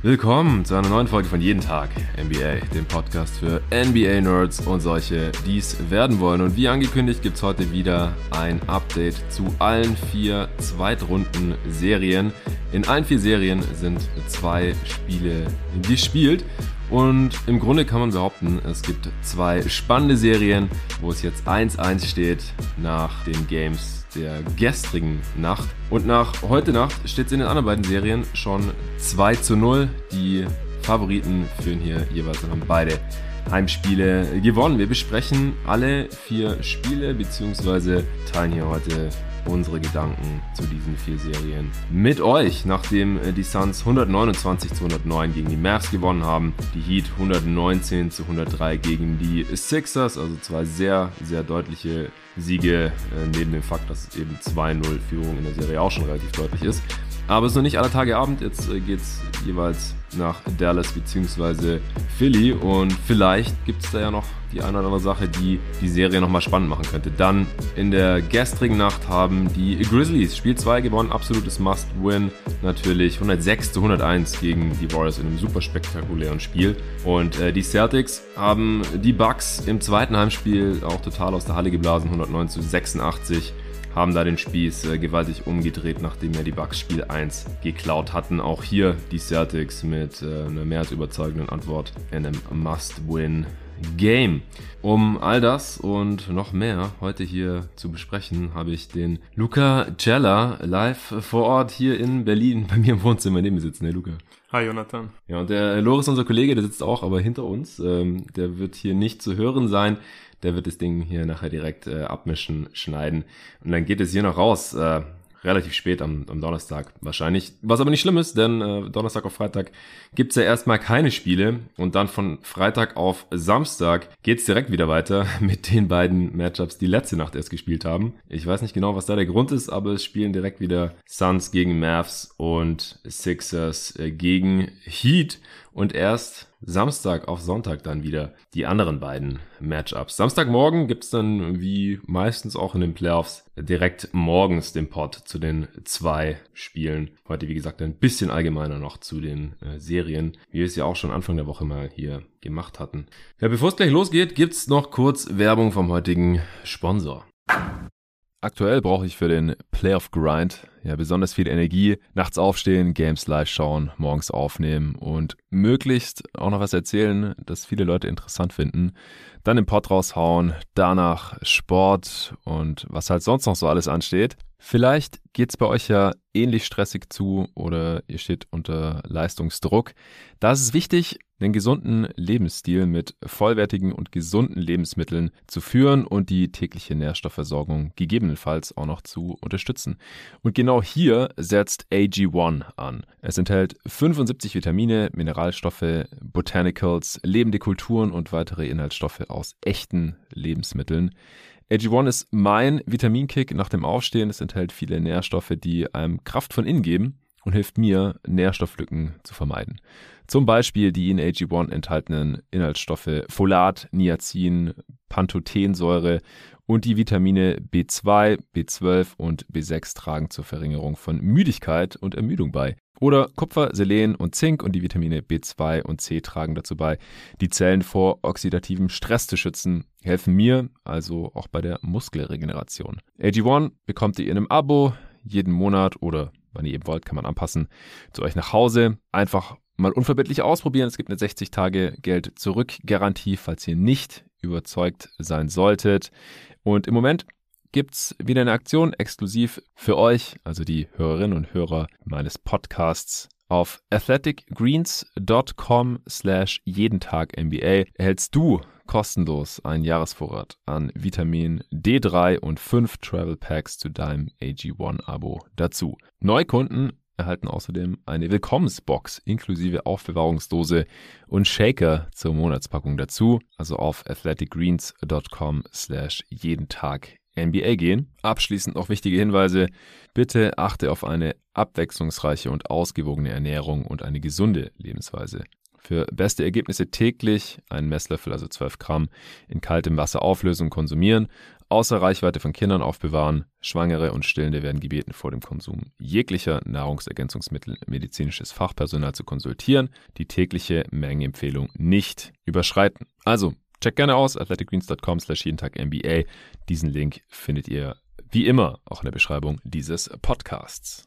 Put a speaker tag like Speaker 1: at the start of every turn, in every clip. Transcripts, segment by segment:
Speaker 1: Willkommen zu einer neuen Folge von Jeden Tag NBA, dem Podcast für NBA-Nerds und solche, die es werden wollen. Und wie angekündigt gibt es heute wieder ein Update zu allen 4 Zweitrunden-Serien. In allen 4 Serien sind 2 Spiele gespielt. Und im Grunde kann man behaupten, es gibt 2 spannende Serien, wo es jetzt 1-1 steht nach den Games der gestrigen Nacht. Und nach heute Nacht steht es in den anderen beiden Serien schon 2-0. Die Favoriten führen hier jeweils und haben beide Heimspiele gewonnen. Wir besprechen alle 4 Spiele bzw. teilen hier heute unsere Gedanken zu diesen 4 Serien mit euch, nachdem die Suns 129-109 gegen die Mavs gewonnen haben, die Heat 119-103 gegen die Sixers, also 2 sehr, sehr deutliche Siege, neben dem Fakt, dass es eben 2-0 Führung in der Serie auch schon relativ deutlich ist. Aber es ist noch nicht aller Tage Abend, jetzt geht's jeweils nach Dallas bzw. Philly und vielleicht gibt es da ja noch die eine oder andere Sache, die die Serie nochmal spannend machen könnte. Dann in der gestrigen Nacht haben die Grizzlies Spiel 2 gewonnen, absolutes Must-Win natürlich, 106-101 gegen die Warriors in einem super spektakulären Spiel. Und die Celtics haben die Bucks im zweiten Heimspiel auch total aus der Halle geblasen, 109-86. Haben da den Spieß gewaltig umgedreht, nachdem ja die Bucks Spiel 1 geklaut hatten. Auch hier die Celtics mit einer mehr als überzeugenden Antwort in einem Must-Win-Game. Um all das und noch mehr heute hier zu besprechen, habe ich den Luca Cella live vor Ort hier in Berlin bei mir im Wohnzimmer neben mir sitzen. Hey Luca.
Speaker 2: Hi Jonathan.
Speaker 1: Ja, und der Loris, unser Kollege, der sitzt auch aber hinter uns. Der wird hier nicht zu hören sein. Der wird das Ding hier nachher direkt abmischen, schneiden. Und dann geht es hier noch raus, relativ spät am Donnerstag wahrscheinlich. Was aber nicht schlimm ist, denn Donnerstag auf Freitag gibt's ja erstmal keine Spiele. Und dann von Freitag auf Samstag geht's direkt wieder weiter mit den beiden Matchups, die letzte Nacht erst gespielt haben. Ich weiß nicht genau, was da der Grund ist, aber es spielen direkt wieder Suns gegen Mavs und Sixers gegen Heat. Und erst Samstag auf Sonntag dann wieder die anderen beiden Matchups. Samstagmorgen gibt's dann, wie meistens auch in den Playoffs, direkt morgens den Pod zu den 2 Spielen. Heute, wie gesagt, ein bisschen allgemeiner noch zu den Serien, wie wir es ja auch schon Anfang der Woche mal hier gemacht hatten. Ja, bevor es gleich losgeht, gibt's noch kurz Werbung vom heutigen Sponsor. Aktuell brauche ich für den Playoff-Grind ja besonders viel Energie. Nachts aufstehen, Games live schauen, morgens aufnehmen und möglichst auch noch was erzählen, das viele Leute interessant finden. Dann den Pod raushauen, danach Sport und was halt sonst noch so alles ansteht. Vielleicht geht's bei euch ja ähnlich stressig zu oder ihr steht unter Leistungsdruck. Da ist es wichtig, einen gesunden Lebensstil mit vollwertigen und gesunden Lebensmitteln zu führen und die tägliche Nährstoffversorgung gegebenenfalls auch noch zu unterstützen. Und genau hier setzt AG1 an. Es enthält 75 Vitamine, Mineralstoffe, Botanicals, lebende Kulturen und weitere Inhaltsstoffe aus echten Lebensmitteln. AG1 ist mein Vitaminkick nach dem Aufstehen. Es enthält viele Nährstoffe, die einem Kraft von innen geben und hilft mir, Nährstofflücken zu vermeiden. Zum Beispiel die in AG1 enthaltenen Inhaltsstoffe Folat, Niacin, Pantothensäure und die Vitamine B2, B12 und B6 tragen zur Verringerung von Müdigkeit und Ermüdung bei. Oder Kupfer, Selen und Zink und die Vitamine B2 und C tragen dazu bei, die Zellen vor oxidativem Stress zu schützen, helfen mir also auch bei der Muskelregeneration. AG1 bekommt ihr in einem Abo jeden Monat oder wann ihr eben wollt, kann man anpassen, zu euch nach Hause. Einfach mal unverbindlich ausprobieren. Es gibt eine 60-Tage-Geld-Zurück-Garantie, falls ihr nicht überzeugt sein solltet. Und im Moment gibt's wieder eine Aktion exklusiv für euch, also die Hörerinnen und Hörer meines Podcasts. Auf athleticgreens.com/jedentag-NBA erhältst du kostenlos einen Jahresvorrat an Vitamin D3 und 5 Travel Packs zu deinem AG1-Abo dazu. Neukunden erhalten außerdem eine Willkommensbox inklusive Aufbewahrungsdose und Shaker zur Monatspackung dazu. Also auf athleticgreens.com/jedentag-NBA gehen. Abschließend noch wichtige Hinweise. Bitte achte auf eine abwechslungsreiche und ausgewogene Ernährung und eine gesunde Lebensweise.
Speaker 2: Für beste Ergebnisse täglich einen Messlöffel, also 12 Gramm, in kaltem Wasser auflösen und konsumieren. Außer Reichweite von Kindern aufbewahren. Schwangere und Stillende werden gebeten, vor dem Konsum jeglicher Nahrungsergänzungsmittel medizinisches Fachpersonal zu konsultieren. Die tägliche Mengenempfehlung nicht überschreiten. Also, check gerne aus, athleticgreens.com/jedentagNBA. Diesen Link findet ihr wie immer auch in der Beschreibung dieses Podcasts.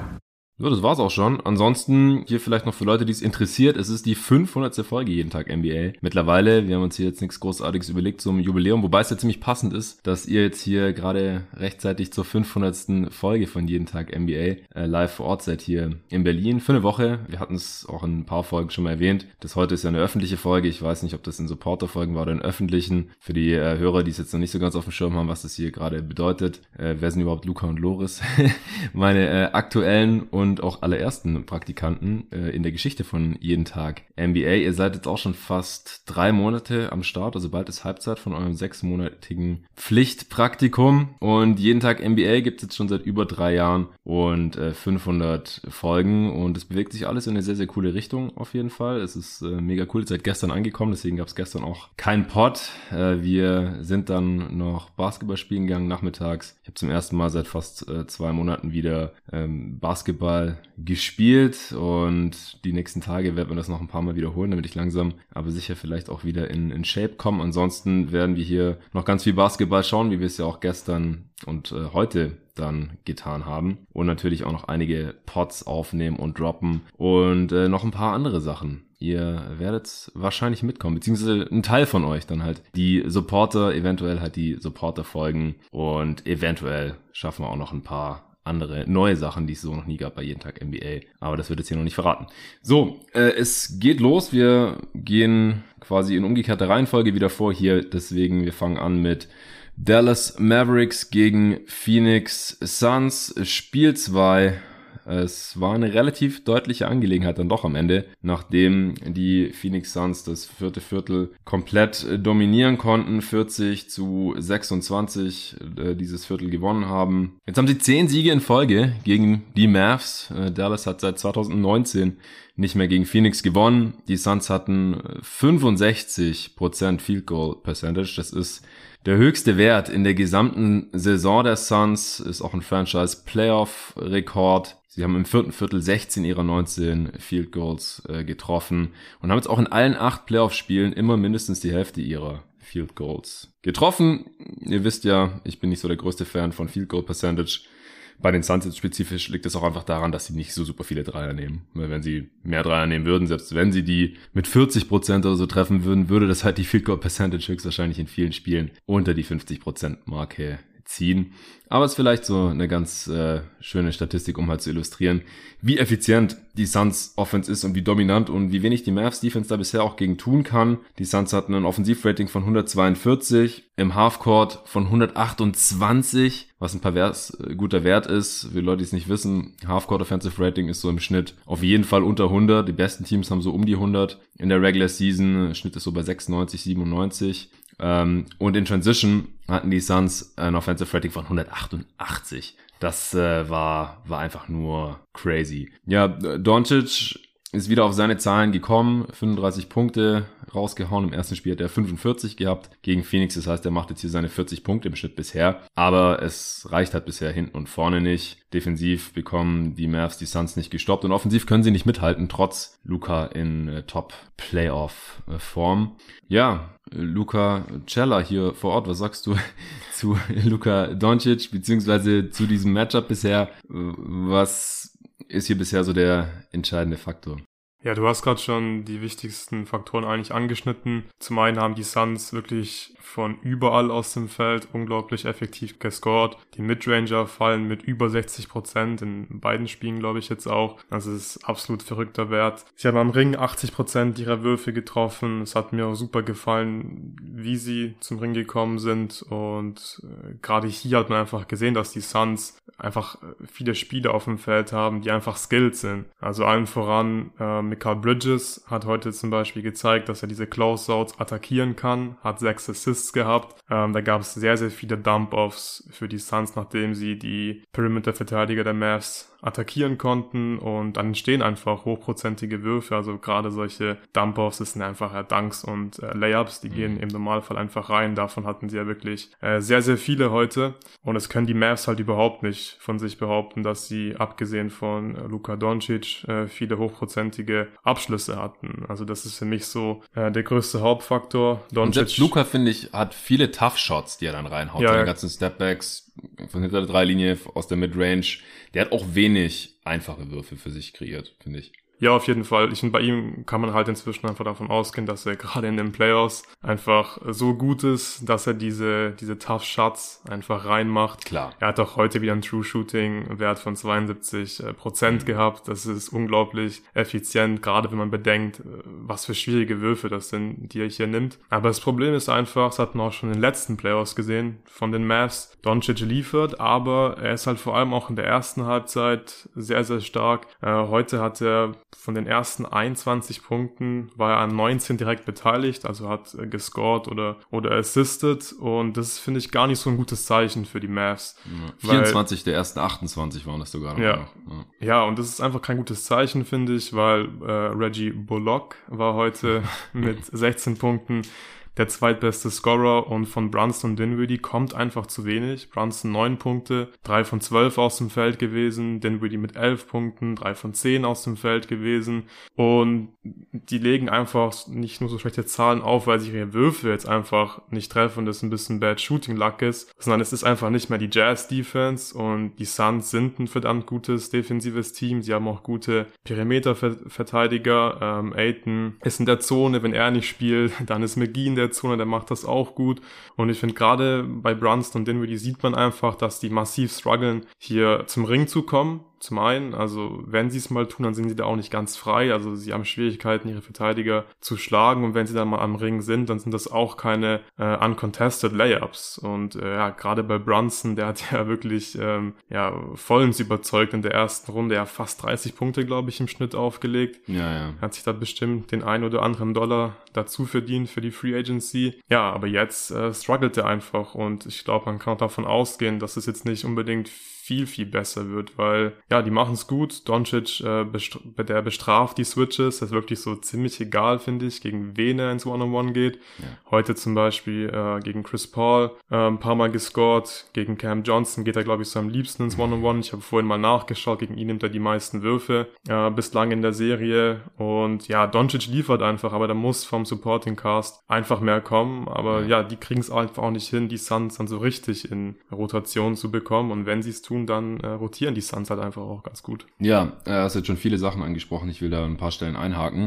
Speaker 1: So, das war's auch schon. Ansonsten hier vielleicht noch für Leute, die es interessiert, es ist die 500. Folge Jeden Tag NBA. Mittlerweile, wir haben uns hier jetzt nichts Großartiges überlegt zum Jubiläum, wobei es ja ziemlich passend ist, dass ihr jetzt hier gerade rechtzeitig zur 500. Folge von Jeden Tag NBA live vor Ort seid hier in Berlin für eine Woche. Wir hatten es auch in ein paar Folgen schon mal erwähnt. Das heute ist ja eine öffentliche Folge. Ich weiß nicht, ob das in Supporter-Folgen war oder in öffentlichen. Für die Hörer, die es jetzt noch nicht so ganz auf dem Schirm haben, was das hier gerade bedeutet. Wer sind überhaupt Luca und Loris? Meine aktuellen und auch allerersten Praktikanten in der Geschichte von Jeden Tag NBA. Ihr seid jetzt auch schon fast 3 Monate am Start, also bald ist Halbzeit von eurem 6-monatigen Pflichtpraktikum. Und Jeden Tag NBA gibt es jetzt schon seit über 3 Jahren und 500 Folgen. Und es bewegt sich alles in eine sehr, sehr coole Richtung auf jeden Fall. Es ist mega cool. Ihr seid gestern angekommen, deswegen gab es gestern auch keinen Pod. Wir sind dann noch Basketball spielen gegangen nachmittags. Ich habe zum ersten Mal seit fast 2 Monaten wieder Basketball gespielt und die nächsten Tage werden wir das noch ein paar Mal wiederholen, damit ich langsam, aber sicher vielleicht auch wieder in Shape komme. Ansonsten werden wir hier noch ganz viel Basketball schauen, wie wir es ja auch gestern und heute dann getan haben und natürlich auch noch einige Pods aufnehmen und droppen und noch ein paar andere Sachen. Ihr werdet wahrscheinlich mitkommen, beziehungsweise ein Teil von euch dann halt die Supporter, eventuell halt die Supporter-Folgen und eventuell schaffen wir auch noch ein paar andere neue Sachen, die es so noch nie gab bei Jeden Tag NBA. Aber das wird jetzt hier noch nicht verraten. So, es geht los. Wir gehen quasi in umgekehrter Reihenfolge wieder vor hier. Deswegen, wir fangen an mit Dallas Mavericks gegen Phoenix Suns. Spiel 2. Es war eine relativ deutliche Angelegenheit dann doch am Ende, nachdem die Phoenix Suns das 4. Viertel komplett dominieren konnten, 40-26 dieses Viertel gewonnen haben. Jetzt haben sie 10 Siege in Folge gegen die Mavs. Dallas hat seit 2019 nicht mehr gegen Phoenix gewonnen. Die Suns hatten 65% Field Goal Percentage. Das ist der höchste Wert in der gesamten Saison der Suns, ist auch ein Franchise-Playoff-Rekord. Sie haben im 4. Viertel 16 ihrer 19 Field Goals getroffen und haben jetzt auch in allen 8 Playoff-Spielen immer mindestens die Hälfte ihrer Field Goals getroffen. Ihr wisst ja, ich bin nicht so der größte Fan von Field Goal Percentage. Bei den Suns jetzt spezifisch liegt es auch einfach daran, dass sie nicht so super viele Dreier nehmen. Weil wenn sie mehr Dreier nehmen würden, selbst wenn sie die mit 40% oder so treffen würden, würde das halt die Field Goal Percentage höchstwahrscheinlich in vielen Spielen unter die 50% Marke ziehen. Aber es ist vielleicht so eine ganz schöne Statistik, um halt zu illustrieren, wie effizient die Suns Offense ist und wie dominant und wie wenig die Mavs Defense da bisher auch gegen tun kann. Die Suns hatten ein Offensivrating von 142, im Halfcourt von 128, was ein guter Wert ist. Für Leute, die es nicht wissen, Halfcourt Offensive Rating ist so im Schnitt auf jeden Fall unter 100. Die besten Teams haben so um die 100. In der Regular Season, Schnitt ist so bei 96, 97. Und in Transition hatten die Suns ein Offensive Rating von 188. Das war einfach nur crazy. Ja, Doncic ist wieder auf seine Zahlen gekommen, 35 Punkte rausgehauen. Im ersten Spiel hat er 45 gehabt gegen Phoenix. Das heißt, er macht jetzt hier seine 40 Punkte im Schnitt bisher. Aber es reicht halt bisher hinten und vorne nicht. Defensiv bekommen die Mavs die Suns nicht gestoppt und offensiv können sie nicht mithalten, trotz Luka in Top-Playoff-Form. Ja, Luka Cella hier vor Ort. Was sagst du zu Luka Doncic, beziehungsweise zu diesem Matchup bisher? Was ist hier bisher so der entscheidende Faktor?
Speaker 3: Ja, du hast gerade schon die wichtigsten Faktoren eigentlich angeschnitten. Zum einen haben die Suns wirklich von überall aus dem Feld unglaublich effektiv gescored. Die Midranger fallen mit über 60% in beiden Spielen, glaube ich, jetzt auch. Das ist absolut verrückter Wert. Sie haben am Ring 80% ihrer Würfe getroffen. Es hat mir auch super gefallen, wie sie zum Ring gekommen sind. Und gerade hier hat man einfach gesehen, dass die Suns einfach viele Spieler auf dem Feld haben, die einfach skilled sind. Also allen voran Mikal Bridges hat heute zum Beispiel gezeigt, dass er diese Closeouts attackieren kann, hat 6 Assists gehabt. Da gab es sehr, sehr viele Dump-Offs für die Suns, nachdem sie die Perimeter-Verteidiger der Mavs attackieren konnten und dann entstehen einfach hochprozentige Würfe, also gerade solche Dump-Offs, das sind einfach Dunks und Layups, die gehen im Normalfall einfach rein, davon hatten sie ja wirklich sehr, sehr viele heute und das können die Mavs halt überhaupt nicht von sich behaupten, dass sie abgesehen von Luka Doncic viele hochprozentige Abschlüsse hatten, also das ist für mich so der größte Hauptfaktor.
Speaker 2: Doncic, und selbst Luka, finde ich, hat viele Tough Shots, die er dann reinhaut, seine ganzen Stepbacks von hinter der Dreilinie, aus der Midrange, der hat auch wenig einfache Würfe für sich kreiert, finde ich.
Speaker 3: Ja, auf jeden Fall. Ich finde, bei ihm kann man halt inzwischen einfach davon ausgehen, dass er gerade in den Playoffs einfach so gut ist, dass er diese Tough Shots einfach reinmacht.
Speaker 2: Klar.
Speaker 3: Er hat auch heute wieder einen True Shooting Wert von 72% gehabt. Das ist unglaublich effizient, gerade wenn man bedenkt, was für schwierige Würfe das sind, die er hier nimmt. Aber das Problem ist einfach, das hatten wir auch schon in den letzten Playoffs gesehen, von den Mavs. Doncic liefert, aber er ist halt vor allem auch in der ersten Halbzeit sehr, sehr stark. Heute hat er von den ersten 21 Punkten war er an 19 direkt beteiligt, also hat gescored oder assisted und das finde ich gar nicht so ein gutes Zeichen für die Mavs.
Speaker 2: Ja, 24 der ersten 28 waren das sogar.
Speaker 3: Ja, und das ist einfach kein gutes Zeichen, finde ich, weil Reggie Bullock war heute mit 16 Punkten der zweitbeste Scorer und von Brunson und Dinwiddie kommt einfach zu wenig. Brunson 9 Punkte, 3 von 12 aus dem Feld gewesen, Dinwiddie mit 11 Punkten, 3 von 10 aus dem Feld gewesen und die legen einfach nicht nur so schlechte Zahlen auf, weil sich ihre Würfe jetzt einfach nicht treffen und das ein bisschen Bad Shooting Luck ist, sondern es ist einfach nicht mehr die Jazz Defense und die Suns sind ein verdammt gutes defensives Team, sie haben auch gute Perimeterverteidiger, Ayton ist in der Zone, wenn er nicht spielt, dann ist McGee in der Zone, der macht das auch gut und ich finde gerade bei Brunson und Dinwiddie sieht man einfach, dass die massiv strugglen, hier zum Ring zu kommen. Zum einen, also wenn sie es mal tun, dann sind sie da auch nicht ganz frei, also sie haben Schwierigkeiten, ihre Verteidiger zu schlagen und wenn sie dann mal am Ring sind, dann sind das auch keine uncontested Layups und gerade bei Brunson, der hat ja wirklich vollends überzeugt in der ersten Runde, ja fast 30 Punkte, glaube ich, im Schnitt aufgelegt.
Speaker 2: Ja.
Speaker 3: Hat sich da bestimmt den ein oder anderen Dollar dazu verdient für die Free Agency. Ja, aber jetzt struggelt er einfach und ich glaube, man kann auch davon ausgehen, dass es jetzt nicht unbedingt viel, viel besser wird, weil, ja, die machen es gut. Doncic, der bestraft die Switches. Das ist wirklich so ziemlich egal, finde ich, gegen wen er ins One-on-One geht. Ja. Heute zum Beispiel gegen Chris Paul ein paar Mal gescored. Gegen Cam Johnson geht er, glaube ich, so am liebsten ins One-on-One. Ich habe vorhin mal nachgeschaut. Gegen ihn nimmt er die meisten Würfe bislang in der Serie. Und ja, Doncic liefert einfach, aber da muss vom Supporting Cast einfach mehr kommen. Aber ja, die kriegen es einfach auch nicht hin, die Suns dann so richtig in Rotation zu bekommen. Und wenn sie es tun, dann rotieren die Suns halt einfach auch ganz gut.
Speaker 2: Ja, hast jetzt schon viele Sachen angesprochen. Ich will da ein paar Stellen einhaken.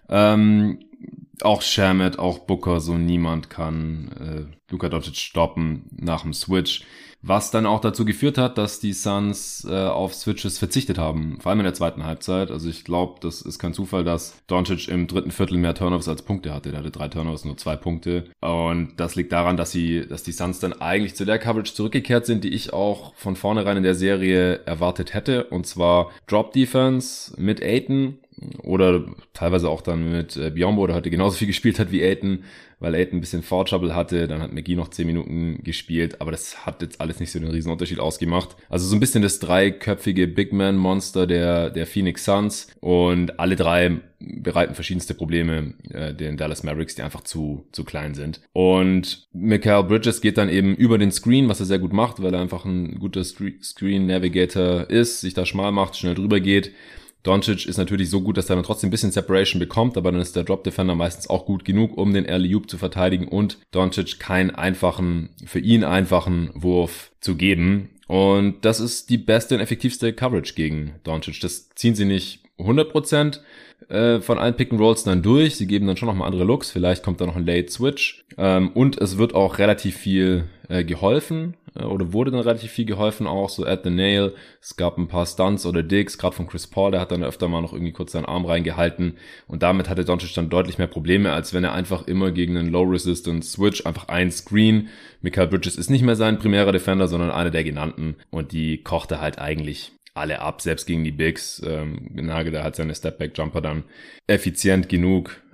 Speaker 2: Auch Shamet, auch Booker, so niemand kann Luka Doncic stoppen nach dem Switch. Was dann auch dazu geführt hat, dass die Suns auf Switches verzichtet haben, vor allem in der zweiten Halbzeit. Also ich glaube, das ist kein Zufall, dass Doncic im dritten Viertel mehr Turnovers als Punkte hatte. Der hatte 3 Turnovers, nur 2 Punkte. Und das liegt daran, dass die Suns dann eigentlich zu der Coverage zurückgekehrt sind, die ich auch von vornherein in der Serie erwartet hätte. Und zwar Drop Defense mit Ayton oder teilweise auch dann mit Biyombo, der heute genauso viel gespielt hat wie Ayton, weil Ayton ein bisschen Foul Trouble hatte, dann hat McGee noch 10 Minuten gespielt, aber das hat jetzt alles nicht so den riesen Unterschied ausgemacht. Also so ein bisschen das dreiköpfige Big Man Monster der Phoenix Suns und alle drei bereiten verschiedenste Probleme den Dallas Mavericks, die einfach zu klein sind. Und Mikal Bridges geht dann eben über den Screen, was er sehr gut macht, weil er einfach ein guter Screen Navigator ist, sich da schmal macht, schnell drüber geht. Doncic ist natürlich so gut, dass er dann trotzdem ein bisschen Separation bekommt, aber dann ist der Drop Defender meistens auch gut genug, um den Alley-Oop zu verteidigen und Doncic keinen für ihn einfachen Wurf zu geben. Und das ist die beste und effektivste Coverage gegen Doncic. Das ziehen sie nicht 100% von allen Pick-and-Rolls dann durch. Sie geben dann schon nochmal andere Looks. Vielleicht kommt da noch ein Late-Switch. Und es wird auch relativ viel geholfen. Oder wurde dann relativ viel geholfen, auch so at the nail. Es gab ein paar Stunts oder Digs, gerade von Chris Paul, der hat dann öfter mal noch irgendwie kurz seinen Arm reingehalten. Und damit hatte Doncic dann deutlich mehr Probleme, als wenn er einfach immer gegen einen Low-Resistance-Switch einfach ein Screen. Mikal Bridges ist nicht mehr sein primärer Defender, sondern einer der genannten. Und die kochte halt eigentlich alle ab, selbst gegen die Bigs. Nagel, der hat seine Stepback-Jumper dann effizient genug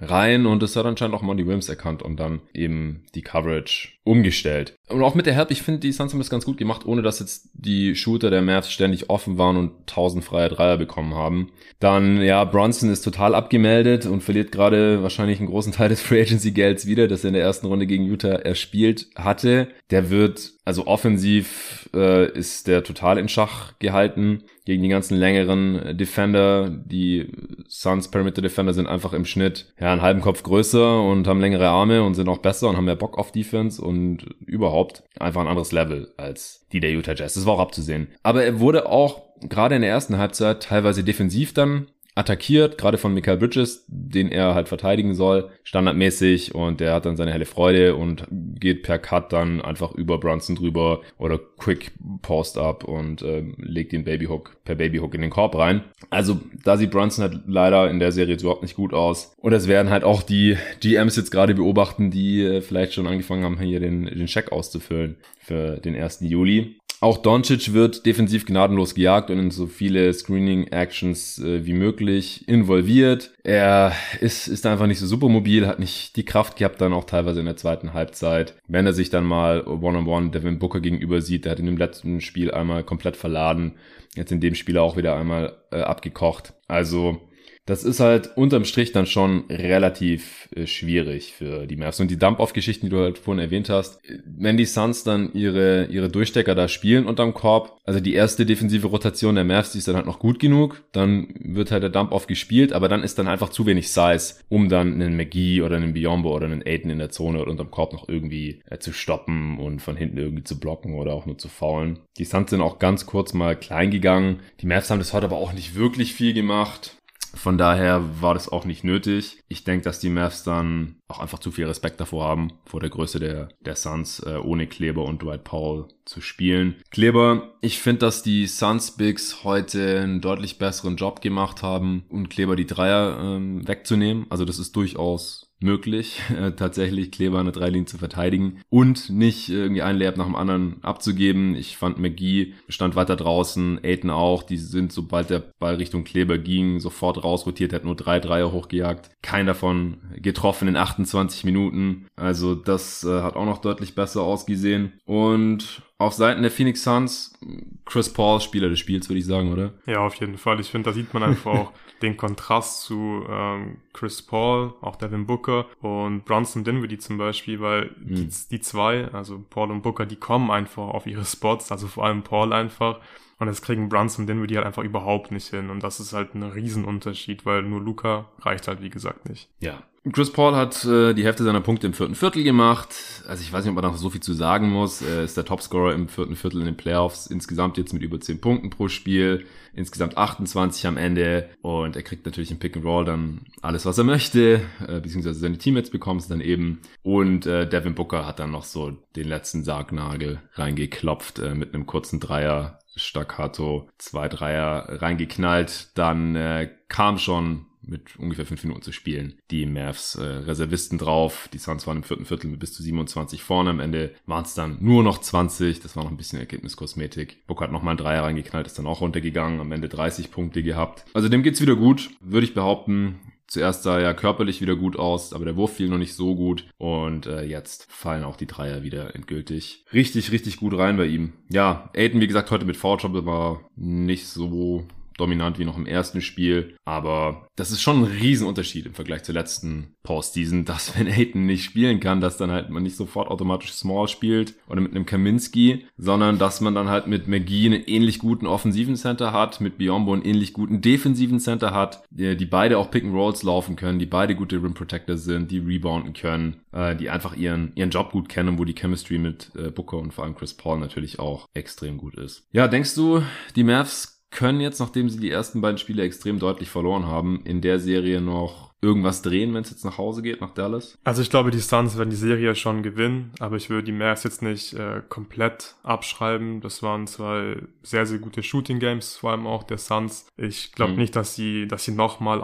Speaker 1: rein und das hat anscheinend auch Monty Williams erkannt und dann eben die Coverage umgestellt. Und auch mit der Help, ich finde, die Suns haben das ganz gut gemacht, ohne dass jetzt die Shooter der Mavs ständig offen waren und 1000 freie Dreier bekommen haben. Dann, ja, Brunson ist total abgemeldet und verliert gerade wahrscheinlich einen großen Teil des Free Agency Gelds wieder, das er in der ersten Runde gegen Utah erspielt hatte. Der wird, also offensiv ist der total in Schach gehalten gegen die ganzen längeren Defender. Die Suns Perimeter Defender sind einfach im Schnitt einen halben Kopf größer und haben längere Arme und sind auch besser und haben mehr Bock auf Defense und überhaupt einfach ein anderes Level als die der Utah Jazz. Das war auch abzusehen. Aber er wurde auch gerade in der ersten Halbzeit teilweise defensiv dann attackiert, gerade von Mikal Bridges, den er halt verteidigen soll, standardmäßig, und der hat dann seine helle Freude und geht per Cut dann einfach über Brunson drüber oder Quick Post up und legt den per Babyhook in den Korb rein. Also da sieht Brunson halt leider in der Serie überhaupt nicht gut aus. Und das werden halt auch die GMs jetzt gerade beobachten, die vielleicht schon angefangen haben, hier den Scheck auszufüllen für den 1. Juli. Auch Doncic wird defensiv gnadenlos gejagt und in so viele Screening-Actions wie möglich involviert. Er ist einfach nicht so super mobil, hat nicht die Kraft gehabt dann auch teilweise in der zweiten Halbzeit. Wenn er sich dann mal One-on-One Devin Booker gegenüber sieht, der hat in dem letzten Spiel einmal komplett verladen, jetzt in dem Spiel auch wieder einmal abgekocht. Also das ist halt unterm Strich dann schon relativ schwierig für die Mavs. Und die Dump-Off-Geschichten, die du halt vorhin erwähnt hast, wenn die Suns dann ihre Durchstecker da spielen unterm Korb, also die erste defensive Rotation der Mavs, die ist dann halt noch gut genug, dann wird halt der Dump-Off gespielt, aber dann ist dann einfach zu wenig Size, um dann einen McGee oder einen Biyombo oder einen Ayton in der Zone oder unterm Korb noch irgendwie zu stoppen und von hinten irgendwie zu blocken oder auch nur zu foulen. Die Suns sind auch ganz kurz mal klein gegangen. Die Mavs haben das heute aber auch nicht wirklich viel gemacht. Von daher war das auch nicht nötig. Ich denke, dass die Mavs dann auch einfach zu viel Respekt davor haben, vor der Größe der Suns, ohne Kleber und Dwight Powell zu spielen. Kleber, ich finde, dass die Suns Bigs heute einen deutlich besseren Job gemacht haben, um Kleber die Dreier wegzunehmen. Also das ist durchaus möglich, tatsächlich Kleber an der Dreilinie zu verteidigen und nicht irgendwie einen Layup nach dem anderen abzugeben. Ich fand, McGee stand weiter draußen, Ayton auch, die sind, sobald der Ball Richtung Kleber ging, sofort rausrotiert, hat nur 3 Dreier hochgejagt, kein davon getroffen in 28 Minuten, also das hat auch noch deutlich besser ausgesehen. Und auf Seiten der Phoenix Suns, Chris Paul, Spieler des Spiels, würde ich sagen, oder?
Speaker 3: Ja, auf jeden Fall. Ich finde, da sieht man einfach auch den Kontrast zu Chris Paul, auch Devin Booker und Brunson Dinwiddie zum Beispiel, weil die zwei, also Paul und Booker, die kommen einfach auf ihre Spots, also vor allem Paul einfach. Und das kriegen Brunson und Dinwiddie halt einfach überhaupt nicht hin. Und das ist halt ein Riesenunterschied, weil nur Luka reicht halt, wie gesagt, nicht.
Speaker 1: Ja. Chris Paul hat die Hälfte seiner Punkte im 4. Viertel gemacht. Also ich weiß nicht, ob man da noch so viel zu sagen muss. Er ist der Topscorer im 4. Viertel in den Playoffs. Insgesamt jetzt mit über 10 Punkten pro Spiel. Insgesamt 28 am Ende. Und er kriegt natürlich im Pick and Roll dann alles, was er möchte. Beziehungsweise seine Teammates bekommen es dann eben. Und Devin Booker hat dann noch so den letzten Sargnagel reingeklopft mit einem kurzen Dreier. Staccato, 2 Dreier reingeknallt. Dann kam schon mit ungefähr 5 Minuten zu spielen die Mavs Reservisten drauf. Die Suns waren im 4. Viertel mit bis zu 27 vorne. Am Ende waren es dann nur noch 20. Das war noch ein bisschen Ergebniskosmetik. Booker hat nochmal einen Dreier reingeknallt, ist dann auch runtergegangen. Am Ende 30 Punkte gehabt. Also dem geht's wieder gut, würde ich behaupten. Zuerst sah er körperlich wieder gut aus, aber der Wurf fiel noch nicht so gut. Und jetzt fallen auch die Dreier wieder endgültig richtig, richtig gut rein bei ihm. Ja, Ayton, wie gesagt, heute mit Foul Trouble war nicht so dominant wie noch im ersten Spiel, aber das ist schon ein Riesenunterschied im Vergleich zur letzten Postseason, dass wenn Ayton nicht spielen kann, dass dann halt man nicht sofort automatisch Small spielt oder mit einem Kaminsky, sondern dass man dann halt mit McGee einen ähnlich guten offensiven Center hat, mit Biyombo einen ähnlich guten defensiven Center hat, die beide auch Pick and Rolls laufen können, die beide gute Rim Protector sind, die rebounden können, die einfach ihren Job gut kennen, wo die Chemistry mit Booker und vor allem Chris Paul natürlich auch extrem gut ist. Ja, denkst du, die Mavs können jetzt, nachdem sie die ersten beiden Spiele extrem deutlich verloren haben, in der Serie noch irgendwas drehen, wenn es jetzt nach Hause geht, nach Dallas?
Speaker 3: Also ich glaube, die Suns werden die Serie schon gewinnen, aber ich würde die Mavs jetzt nicht komplett abschreiben. Das waren 2 sehr, sehr gute Shooting Games, vor allem auch der Suns. Ich glaube nicht, dass sie nochmal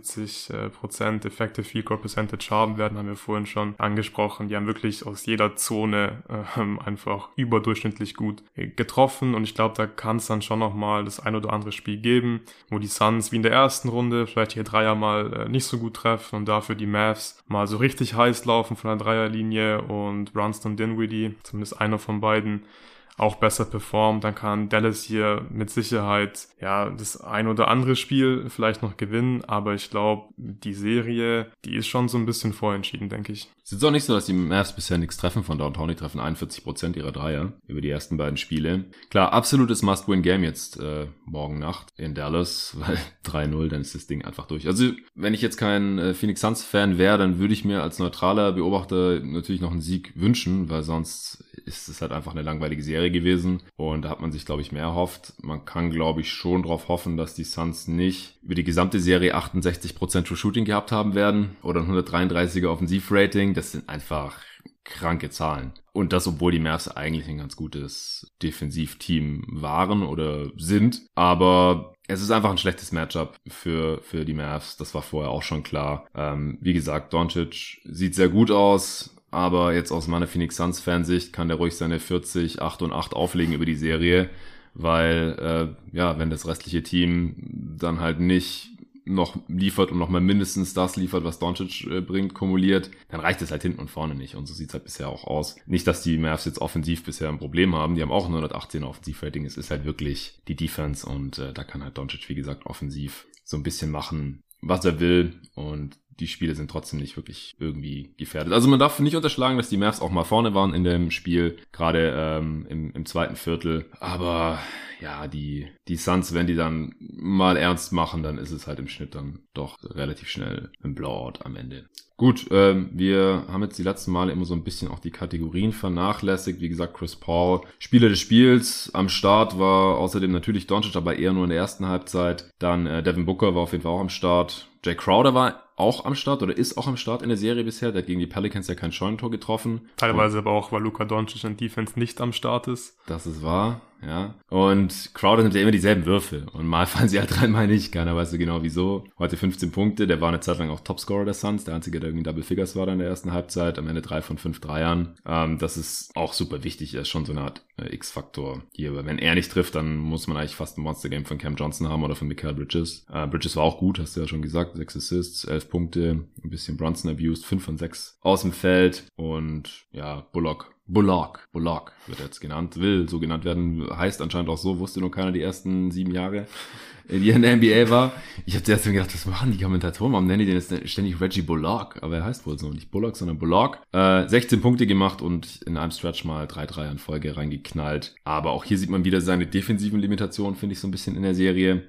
Speaker 3: 71% Effective Field Goal Percentage haben werden, haben wir vorhin schon angesprochen. Die haben wirklich aus jeder Zone einfach überdurchschnittlich gut getroffen und ich glaube, da kann es dann schon nochmal das ein oder andere Spiel geben, wo die Suns wie in der ersten Runde vielleicht hier Dreier mal nicht so gut treffen und dafür die Mavs mal so richtig heiß laufen von der Dreierlinie und Brunson Dinwiddie, zumindest einer von beiden, auch besser performt, dann kann Dallas hier mit Sicherheit das ein oder andere Spiel vielleicht noch gewinnen, aber ich glaube, die Serie, die ist schon so ein bisschen vorentschieden, denke ich.
Speaker 1: Es ist auch nicht so, dass die Mavs bisher nichts treffen von Downtown. Die treffen 41% ihrer Dreier über die ersten beiden Spiele. Klar, absolutes Must-Win-Game jetzt morgen Nacht in Dallas, weil 3-0, dann ist das Ding einfach durch. Also, wenn ich jetzt kein Phoenix Suns-Fan wäre, dann würde ich mir als neutraler Beobachter natürlich noch einen Sieg wünschen, weil sonst ist es halt einfach eine langweilige Serie gewesen und da hat man sich, glaube ich, mehr erhofft. Man kann, glaube ich, schon darauf hoffen, dass die Suns nicht über die gesamte Serie 68% True Shooting gehabt haben werden oder ein 133er Offensivrating. Das sind einfach kranke Zahlen. Und das, obwohl die Mavs eigentlich ein ganz gutes Defensivteam waren oder sind. Aber es ist einfach ein schlechtes Matchup für die Mavs. Das war vorher auch schon klar. Wie gesagt, Doncic sieht sehr gut aus. Aber jetzt aus meiner Phoenix Suns Fansicht kann der ruhig seine 40, 8 und 8 auflegen über die Serie, weil, wenn das restliche Team dann halt nicht noch liefert und nochmal mindestens das liefert, was Doncic bringt, kumuliert, dann reicht es halt hinten und vorne nicht. Und so sieht's halt bisher auch aus. Nicht, dass die Mavs jetzt offensiv bisher ein Problem haben. Die haben auch ein 118er Offensivrating. Es ist halt wirklich die Defense und da kann halt Doncic, wie gesagt, offensiv so ein bisschen machen, was er will, und die Spiele sind trotzdem nicht wirklich irgendwie gefährdet. Also man darf nicht unterschlagen, dass die Mavs auch mal vorne waren in dem Spiel, gerade im zweiten Viertel. Aber ja, die Suns, wenn die dann mal ernst machen, dann ist es halt im Schnitt dann doch relativ schnell ein Blowout am Ende. Gut, wir haben jetzt die letzten Male immer so ein bisschen auch die Kategorien vernachlässigt. Wie gesagt, Chris Paul, Spieler des Spiels. Am Start war außerdem natürlich Doncic, aber eher nur in der ersten Halbzeit. Dann Devin Booker war auf jeden Fall auch am Start. Jay Crowder war auch am Start oder ist auch am Start in der Serie bisher. Der hat gegen die Pelicans ja kein Scheunentor getroffen.
Speaker 3: Teilweise aber auch, weil Luka Doncic in Defense nicht am Start ist.
Speaker 1: Das ist wahr, ja. Und Crowder nimmt ja immer dieselben Würfe. Und mal fallen sie halt rein, mal nicht. Keiner weiß so genau wieso. Heute 15 Punkte. Der war eine Zeit lang auch Topscorer der Suns. Der einzige, der irgendwie Double Figures war dann in der ersten Halbzeit. Am Ende 3 von 5 Dreiern. Das ist auch super wichtig. Er ist schon so eine Art X-Faktor hier. Aber wenn er nicht trifft, dann muss man eigentlich fast ein Monster-Game von Cam Johnson haben oder von Mikal Bridges. Bridges war auch gut, hast du ja schon gesagt. 6 Assists, 11 Punkte. Ein bisschen Brunson abused. 5 von 6 aus dem Feld. Und ja, Bullock wird jetzt genannt, will so genannt werden, heißt anscheinend auch so, wusste nur keiner die ersten 7 Jahre, die er in der NBA war. Ich habe zuerst gedacht, was machen die Kommentatoren, warum nennen die den jetzt ständig Reggie Bullock? Aber er heißt wohl so, nicht Bullock, sondern Bullock. 16 Punkte gemacht und in einem Stretch mal 3 Dreier in Folge reingeknallt. Aber auch hier sieht man wieder seine defensiven Limitationen, finde ich, so ein bisschen in der Serie.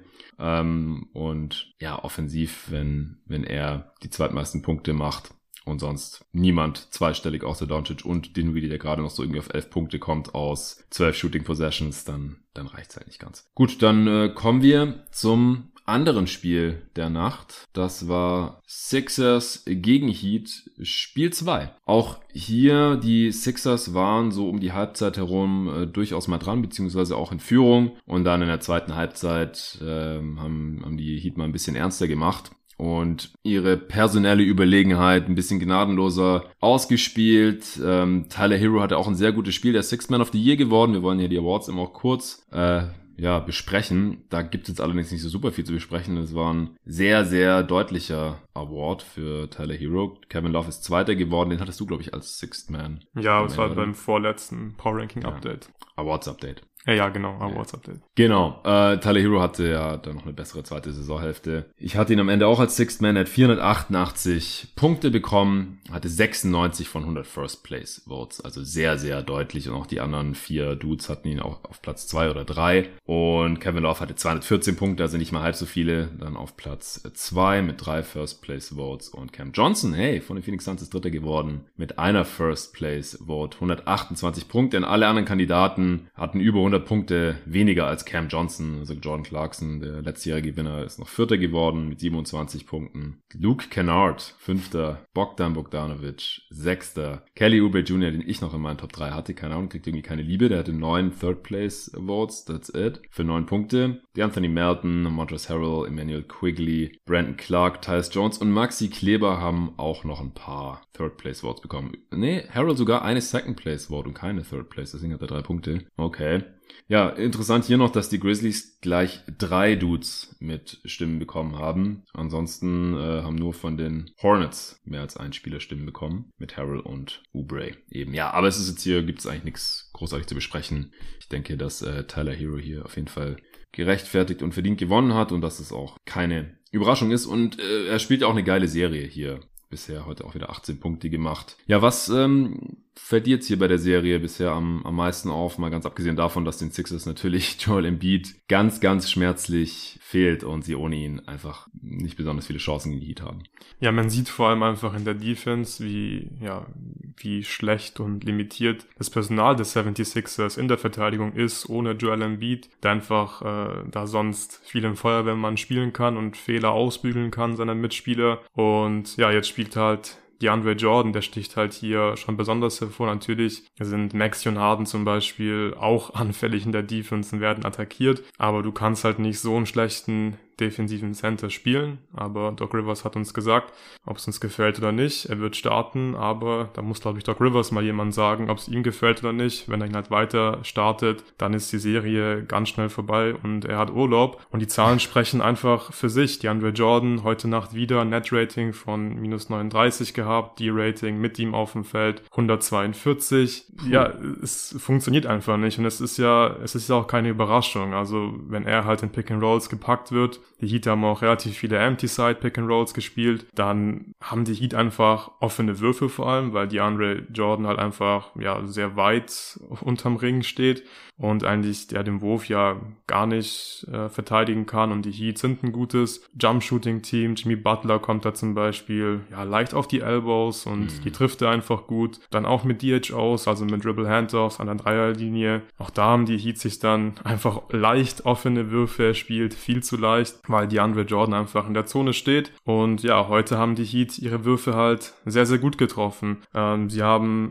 Speaker 1: Und ja, offensiv, wenn er die zweitmeisten Punkte macht, und sonst niemand zweistellig außer Doncic und Dinwiddie, der gerade noch so irgendwie auf 11 Punkte kommt aus 12 Shooting Possessions, dann reicht's halt nicht ganz. Gut, dann kommen wir zum anderen Spiel der Nacht. Das war Sixers gegen Heat, Spiel 2. Auch hier, die Sixers waren so um die Halbzeit herum durchaus mal dran, beziehungsweise auch in Führung. Und dann in der zweiten Halbzeit haben die Heat mal ein bisschen ernster gemacht und ihre personelle Überlegenheit ein bisschen gnadenloser ausgespielt. Tyler Hero hatte auch ein sehr gutes Spiel, der Sixth Man of the Year geworden. Wir wollen hier die Awards immer auch kurz besprechen. Da gibt es jetzt allerdings nicht so super viel zu besprechen. Es war ein sehr, sehr deutlicher Award für Tyler Hero. Kevin Love ist Zweiter geworden. Den hattest du, glaube ich, als Sixth Man.
Speaker 3: Ja, das war beim vorletzten Power Ranking Update.
Speaker 1: Awards Update.
Speaker 3: Ja, genau, Awards Update.
Speaker 1: Genau, Tyler Hero hatte ja dann noch eine bessere zweite Saisonhälfte. Ich hatte ihn am Ende auch als Sixth Man, er hat 488 Punkte bekommen, hatte 96 von 100 First Place Votes, also sehr, sehr deutlich, und auch die anderen 4 Dudes hatten ihn auch auf Platz 2 oder 3, und Kevin Love hatte 214 Punkte, also nicht mal halb so viele, dann auf Platz 2 mit 3 First Place Votes, und Cam Johnson, von den Phoenix Suns ist Dritter geworden, mit einer First Place Vote, 128 Punkte, und alle anderen Kandidaten hatten über 100 Punkte weniger als Cam Johnson. Also Jordan Clarkson, der letztjährige Gewinner, ist noch Vierter geworden mit 27 Punkten. Luke Kennard, 5. Bogdan Bogdanovic, 6. Kelly Oubre Jr., den ich noch in meinen Top 3 hatte, keine Ahnung, kriegt irgendwie keine Liebe. Der hatte 9 Third Place Votes, that's it, für 9 Punkte. Anthony Melton, Montrezl Harrell, Emmanuel Quigley, Brandon Clark, Tyus Jones und Maxi Kleber haben auch noch ein paar Third Place Votes bekommen. Harrell sogar eine Second Place Vote und keine Third Place, deswegen hat er 3 Punkte. Spiel. Okay. Ja, interessant hier noch, dass die Grizzlies gleich 3 Dudes mit Stimmen bekommen haben. Ansonsten haben nur von den Hornets mehr als ein Spieler Stimmen bekommen. Mit Harrell und Oubre eben. Ja, aber es ist jetzt hier, gibt es eigentlich nichts großartig zu besprechen. Ich denke, dass Tyler Hero hier auf jeden Fall gerechtfertigt und verdient gewonnen hat und dass es auch keine Überraschung ist. Und er spielt ja auch eine geile Serie hier. Bisher heute auch wieder 18 Punkte gemacht. Ja, was fällt dir jetzt hier bei der Serie bisher am meisten auf? Mal ganz abgesehen davon, dass den Sixers natürlich Joel Embiid ganz, ganz schmerzlich fehlt und sie ohne ihn einfach nicht besonders viele Chancen gegen die Heat haben.
Speaker 3: Ja, man sieht vor allem einfach in der Defense, wie schlecht und limitiert das Personal des 76ers in der Verteidigung ist, ohne Joel Embiid, der einfach da sonst viel im Feuerwehrmann spielen kann und Fehler ausbügeln kann seiner Mitspieler. Und ja, jetzt spielt halt DeAndre Jordan, der sticht halt hier schon besonders hervor. Natürlich sind Maxey und Harden zum Beispiel auch anfällig in der Defense und werden attackiert, aber du kannst halt nicht so einen schlechten defensiven Center spielen, aber Doc Rivers hat uns gesagt, ob es uns gefällt oder nicht, er wird starten, aber da muss, glaube ich, Doc Rivers mal jemand sagen, ob es ihm gefällt oder nicht. Wenn er ihn halt weiter startet, dann ist die Serie ganz schnell vorbei und er hat Urlaub und die Zahlen sprechen einfach für sich. DeAndre Jordan heute Nacht wieder Net-Rating von -39 gehabt, D-Rating mit ihm auf dem Feld 142. Ja, es funktioniert einfach nicht und es ist ja auch keine Überraschung. Also wenn er halt in Pick-and-Rolls gepackt wird, die Heat haben auch relativ viele Empty-Side-Pick-and-Rolls gespielt. Dann haben die Heat einfach offene Würfe vor allem, weil DeAndre Jordan halt einfach sehr weit unterm Ring steht und eigentlich der den Wurf ja gar nicht verteidigen kann. Und die Heat sind ein gutes Jump-Shooting-Team. Jimmy Butler kommt da zum Beispiel leicht auf die Elbows und die trifft er einfach gut. Dann auch mit DHOs, also mit Dribble-Handoffs an der Dreierlinie. Auch da haben die Heat sich dann einfach leicht offene Würfe erspielt, viel zu leicht, weil DeAndre Jordan einfach in der Zone steht. Und ja, heute haben die Heat ihre Würfe halt sehr, sehr gut getroffen. Sie haben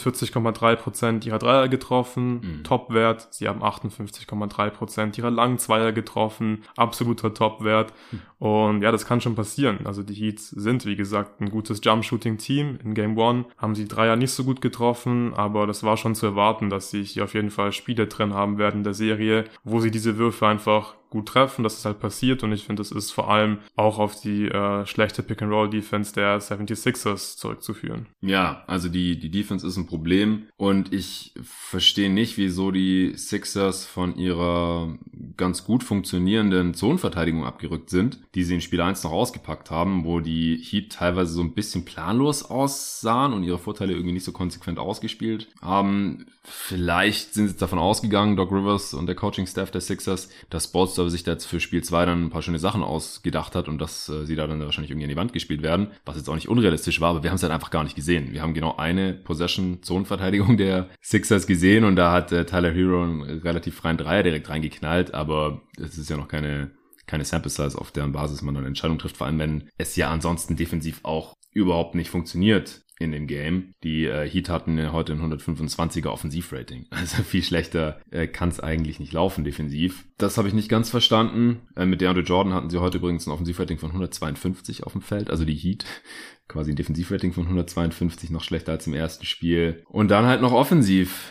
Speaker 3: 48,3% ihrer Dreier getroffen, Topwert. Sie haben 58,3% ihrer langen Zweier getroffen, absoluter Topwert. Und ja, das kann schon passieren. Also die Heat sind, wie gesagt, ein gutes Jump-Shooting-Team. In Game 1 haben sie Dreier nicht so gut getroffen, aber das war schon zu erwarten, dass sie hier auf jeden Fall Spiele drin haben werden in der Serie, wo sie diese Würfe einfach gut treffen, das ist halt passiert und ich finde, das ist vor allem auch auf die schlechte Pick-and-Roll-Defense der 76ers zurückzuführen.
Speaker 1: Ja, also die Defense ist ein Problem und ich verstehe nicht, wieso die Sixers von ihrer ganz gut funktionierenden Zonenverteidigung abgerückt sind, die sie in Spiel 1 noch ausgepackt haben, wo die Heat teilweise so ein bisschen planlos aussahen und ihre Vorteile irgendwie nicht so konsequent ausgespielt haben. Vielleicht sind sie davon ausgegangen, Doc Rivers und der Coaching-Staff der Sixers, dass Spoelstra sich da jetzt für Spiel 2 dann ein paar schöne Sachen ausgedacht hat und dass sie da dann wahrscheinlich irgendwie an die Wand gespielt werden, was jetzt auch nicht unrealistisch war, aber wir haben es halt einfach gar nicht gesehen. Wir haben genau eine Possession-Zonenverteidigung der Sixers gesehen und da hat Tyler Hero einen relativ freien Dreier direkt reingeknallt, aber es ist ja noch keine Sample Size, auf deren Basis man dann Entscheidungen trifft, vor allem wenn es ja ansonsten defensiv auch überhaupt nicht funktioniert in dem Game. Die Heat hatten heute ein 125er Offensivrating. Also viel schlechter kann es eigentlich nicht laufen defensiv. Das habe ich nicht ganz verstanden. Mit DeAndre Jordan hatten sie heute übrigens ein Offensivrating von 152 auf dem Feld. Also die Heat quasi ein Defensivrating von 152, noch schlechter als im ersten Spiel. Und dann halt noch offensiv.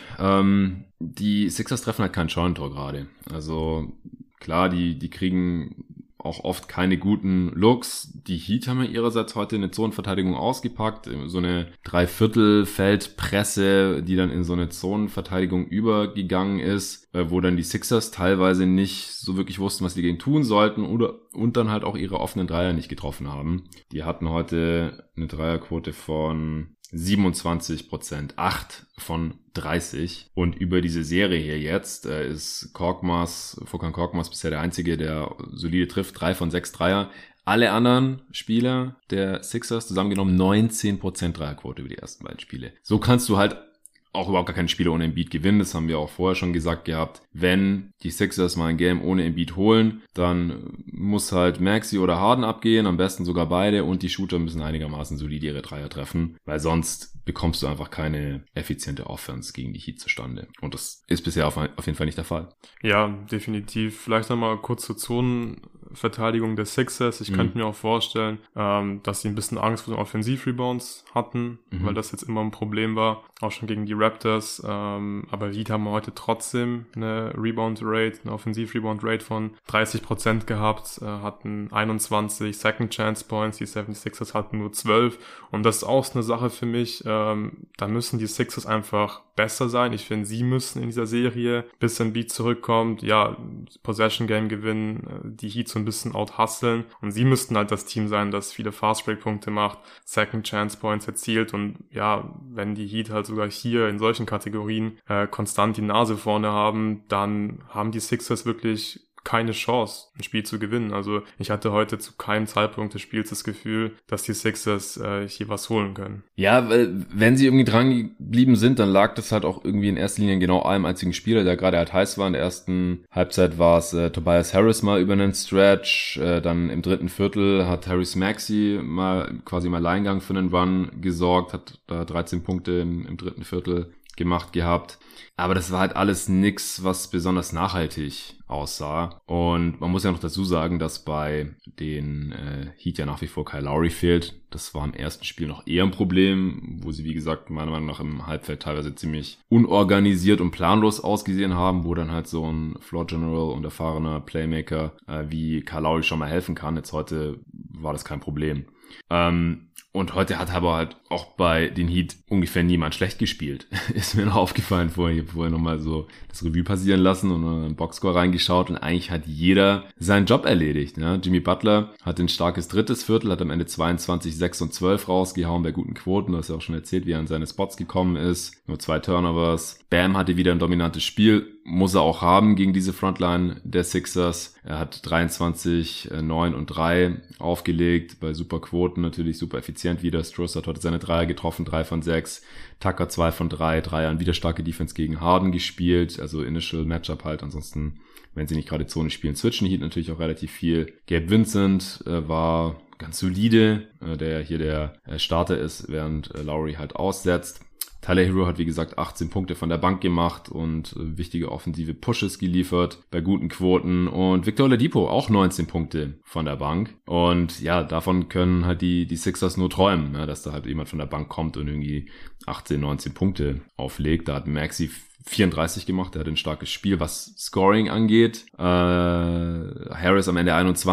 Speaker 1: Die Sixers treffen halt kein Scheunentor gerade. Also klar, die kriegen auch oft keine guten Looks. Die Heat haben ja ihrerseits heute eine Zonenverteidigung ausgepackt, so eine Dreiviertelfeldpresse, die dann in so eine Zonenverteidigung übergegangen ist, wo dann die Sixers teilweise nicht so wirklich wussten, was sie dagegen tun sollten und dann halt auch ihre offenen Dreier nicht getroffen haben. Die hatten heute eine Dreierquote von 27%, 8 von 30. Und über diese Serie hier jetzt ist Furkan Korkmaz bisher der Einzige, der solide trifft, 3 von 6 Dreier. Alle anderen Spieler der Sixers zusammengenommen 19% Dreierquote über die ersten beiden Spiele. So kannst du halt auch überhaupt gar keine Spiele ohne Embiid gewinnen. Das haben wir auch vorher schon gesagt gehabt. Wenn die Sixers mal ein Game ohne Embiid holen, dann muss halt Maxey oder Harden abgehen, am besten sogar beide, und die Shooter müssen einigermaßen solide ihre Dreier treffen, weil sonst bekommst du einfach keine effiziente Offense gegen die Heat zustande. Und das ist bisher auf jeden Fall nicht der Fall.
Speaker 3: Ja, definitiv. Vielleicht nochmal kurz zur Verteidigung der Sixers. Ich könnte mir auch vorstellen, dass sie ein bisschen Angst vor den Offensiv-Rebounds hatten, weil das jetzt immer ein Problem war, auch schon gegen die Raptors. Aber Heat haben heute trotzdem eine Rebound-Rate, eine Offensiv-Rebound-Rate von 30% gehabt, hatten 21 Second-Chance-Points, die 76ers hatten nur 12. Und das ist auch eine Sache für mich, da müssen die Sixers einfach besser sein. Ich finde, sie müssen in dieser Serie, bis Embiid zurückkommt, Possession-Game gewinnen, die Heat so ein bisschen out-hustlen. Und sie müssten halt das Team sein, das viele Fast-Break-Punkte macht, Second-Chance-Points erzielt. Und ja, wenn die Heat halt sogar hier in solchen Kategorien konstant die Nase vorne haben, dann haben die Sixers wirklich keine Chance, ein Spiel zu gewinnen. Also ich hatte heute zu keinem Zeitpunkt des Spiels das Gefühl, dass die Sixers hier was holen können.
Speaker 2: Ja, wenn sie irgendwie dran geblieben sind, dann lag das halt auch irgendwie in erster Linie genau einem einzigen Spieler, der gerade halt heiß war. In der ersten Halbzeit war es Tobias Harris mal über einen Stretch, dann im dritten Viertel hat Tyrese Maxey mal quasi im Alleingang für einen Run gesorgt, hat da 13 Punkte im dritten Viertel gemacht gehabt. Aber das war halt alles nix, was besonders nachhaltig aussah. Und man muss ja noch dazu sagen, dass bei den Heat ja nach wie vor Kyle Lowry fehlt. Das war im ersten Spiel noch eher ein Problem, wo sie, wie gesagt, meiner Meinung nach im Halbfeld teilweise ziemlich unorganisiert und planlos ausgesehen haben, wo dann halt so ein Floor General und erfahrener Playmaker wie Kyle Lowry schon mal helfen kann. Jetzt heute war das kein Problem. Und heute hat aber halt auch bei den Heat ungefähr niemand schlecht gespielt. Ist mir noch aufgefallen, vorher nochmal so das Revue passieren lassen und einen Boxscore reingeschaut und eigentlich hat jeder seinen Job erledigt. Ja? Jimmy Butler hat ein starkes drittes Viertel, hat am Ende 22, 6 und 12 rausgehauen bei guten Quoten. Du hast ja auch schon erzählt, wie er an seine Spots gekommen ist. Nur 2 Turnovers. Bam hatte wieder ein dominantes Spiel. Muss er auch haben gegen diese Frontline der Sixers. Er hat 23, 9 und 3 aufgelegt, bei super Quoten natürlich super effizient wieder. Strus hat heute seine Dreier getroffen, 3 von 6. Tucker 2 von 3, Dreiern, wieder starke Defense gegen Harden gespielt, also Initial Matchup halt. Ansonsten, wenn sie nicht gerade Zone spielen, switchen Heat natürlich auch relativ viel. Gabe Vincent war ganz solide, der hier der Starter ist, während Lowry halt aussetzt. Tyler Hero hat, wie gesagt, 18 Punkte von der Bank gemacht und wichtige offensive Pushes geliefert bei guten Quoten. Und Victor Oladipo auch 19 Punkte von der Bank. Und ja, davon können halt die Sixers nur träumen, ja, dass da halt jemand von der Bank kommt und irgendwie 18, 19 Punkte auflegt. Da hat Maxey 34 gemacht, er hat ein starkes Spiel, was Scoring angeht. Harris am Ende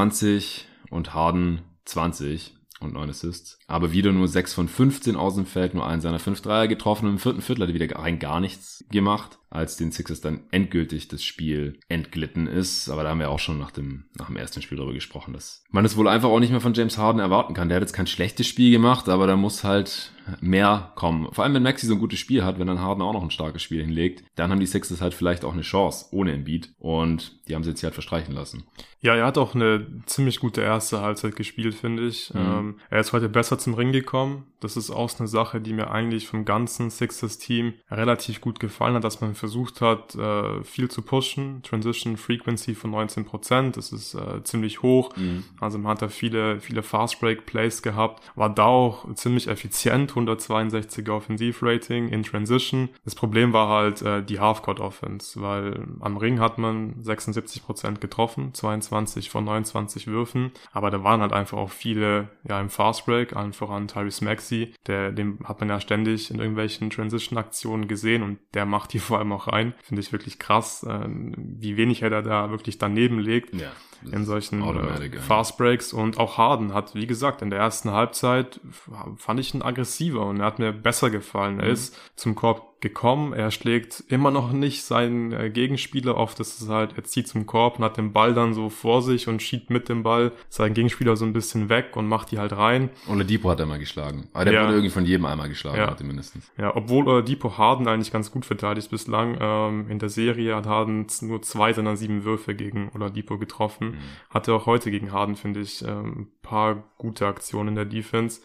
Speaker 2: 21 und Harden 20. Und 9 Assists. Aber wieder nur 6 von 15 aus dem Feld, nur einen seiner 5 Dreier getroffen. Und im vierten Viertel hat er wieder rein gar nichts gemacht, als den Sixers dann endgültig das Spiel entglitten ist. Aber da haben wir auch schon nach dem ersten Spiel darüber gesprochen, dass man es wohl einfach auch nicht mehr von James Harden erwarten kann. Der hat jetzt kein schlechtes Spiel gemacht, aber da muss halt mehr kommen. Vor allem, wenn Maxey so ein gutes Spiel hat, wenn dann Harden auch noch ein starkes Spiel hinlegt, dann haben die Sixers halt vielleicht auch eine Chance ohne Embiid. Und die haben sie jetzt hier halt verstreichen lassen.
Speaker 3: Ja, er hat auch eine ziemlich gute erste Halbzeit gespielt, finde ich. Er ist heute besser zum Ring gekommen. Das ist auch eine Sache, die mir eigentlich vom ganzen Sixers-Team relativ gut gefallen hat, dass man versucht hat, viel zu pushen. Transition Frequency von 19%, das ist ziemlich hoch. Also man hat da viele Fast-Break-Plays gehabt. War da auch ziemlich effizient, 162er Offensivrating in Transition. Das Problem war halt die Half-Court-Offense, weil am Ring hat man 76% getroffen, 22 von 29 Würfen, aber da waren halt einfach auch viele im Fastbreak, allen voran Tyrese Maxey, dem hat man ja ständig in irgendwelchen Transition-Aktionen gesehen und der macht die vor allem auch rein. Finde ich wirklich krass, wie wenig er da wirklich daneben legt. Ja. In solchen Fastbreaks. Und auch Harden hat, wie gesagt, in der ersten Halbzeit fand ich ihn aggressiver und er hat mir besser gefallen. Er ist zum Korb gekommen, er schlägt immer noch nicht seinen Gegenspieler. Oft ist es halt, er zieht zum Korb und hat den Ball dann so vor sich und schiebt mit dem Ball seinen Gegenspieler so ein bisschen weg und macht die halt rein.
Speaker 2: Oladipo hat er mal geschlagen. Aber der wurde irgendwie von jedem einmal geschlagen, hatte mindestens.
Speaker 3: Ja, obwohl Oladipo Harden eigentlich ganz gut verteidigt bislang. In der Serie hat Harden nur 2 seiner 7 Würfe gegen Oladipo getroffen. Hatte auch heute gegen Harden, finde ich, ein paar gute Aktionen in der Defense.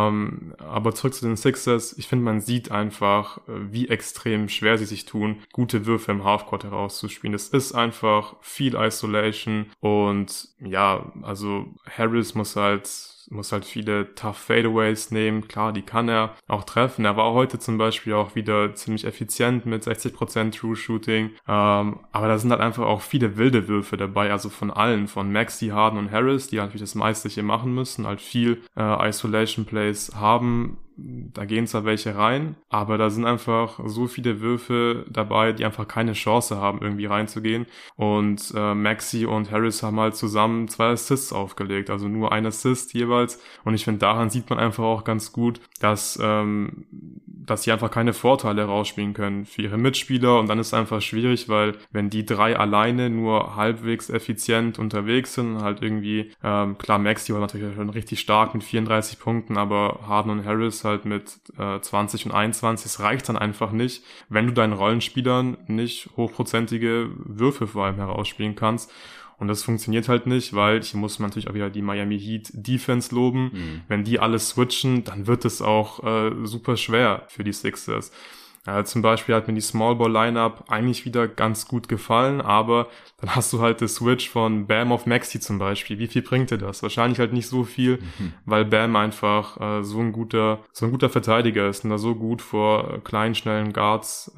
Speaker 3: Aber zurück zu den Sixers. Ich finde, man sieht einfach, wie extrem schwer sie sich tun, gute Würfe im Halfcourt herauszuspielen. Es ist einfach viel Isolation und ja, also Harris muss halt muss halt viele tough Fadeaways nehmen. Klar, die kann er auch treffen. Er war heute zum Beispiel auch wieder ziemlich effizient mit 60% True Shooting. Aber da sind halt einfach auch viele wilde Würfe dabei, also von allen, von Maxey, Harden und Harris, die halt das meiste hier machen müssen, halt viel Isolation Plays haben. Da gehen zwar welche rein, aber da sind einfach so viele Würfe dabei, die einfach keine Chance haben, irgendwie reinzugehen. Und Maxey und Harris haben halt zusammen 2 Assists aufgelegt, also nur ein Assist jeweils. Und ich finde, daran sieht man einfach auch ganz gut, dass sie einfach keine Vorteile rausspielen können für ihre Mitspieler. Und dann ist es einfach schwierig, weil wenn die 3 alleine nur halbwegs effizient unterwegs sind, halt irgendwie, klar, Maxey war natürlich schon richtig stark mit 34 Punkten, aber Harden und Harris halt mit 20 und 21, es reicht dann einfach nicht, wenn du deinen Rollenspielern nicht hochprozentige Würfe vor allem herausspielen kannst. Und das funktioniert halt nicht, weil hier muss man natürlich auch wieder die Miami Heat Defense loben. Wenn die alles switchen, dann wird es auch super schwer für die Sixers. Zum Beispiel hat mir die Small Ball Lineup eigentlich wieder ganz gut gefallen, aber dann hast du halt das Switch von Bam auf Maxey zum Beispiel. Wie viel bringt dir das? Wahrscheinlich halt nicht so viel, weil Bam einfach so ein guter Verteidiger ist und da so gut vor kleinen, schnellen Guards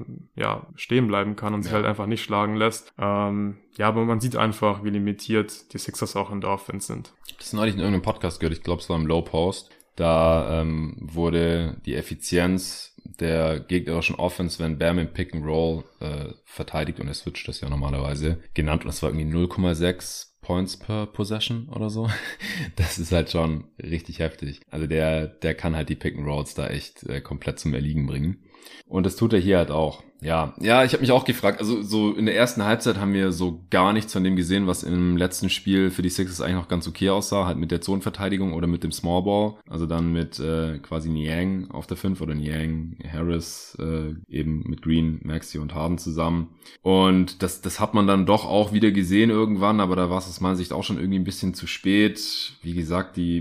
Speaker 3: stehen bleiben kann und sich halt einfach nicht schlagen lässt. Aber man sieht einfach, wie limitiert die Sixers auch in der Offense sind.
Speaker 2: Das ist neulich in irgendeinem Podcast gehört, ich glaube es war im Low Post. Da wurde die Effizienz der gegnerischen Offense, wenn Bam im Pick and Roll verteidigt, und er switcht das ja normalerweise, genannt, und das war irgendwie 0,6 Points per Possession oder so. Das ist halt schon richtig heftig. Also der kann halt die Pick and Rolls da echt komplett zum Erliegen bringen. Und das tut er hier halt auch. Ja, ich habe mich auch gefragt, also so in der ersten Halbzeit haben wir so gar nichts von dem gesehen, was im letzten Spiel für die Sixers eigentlich noch ganz okay aussah, halt mit der Zonenverteidigung oder mit dem Small Ball, also dann mit quasi Niang auf der 5 oder Niang, Harris, eben mit Green, Maxey und Harden zusammen. Und das hat man dann doch auch wieder gesehen irgendwann, aber da war es aus meiner Sicht auch schon irgendwie ein bisschen zu spät. Wie gesagt, die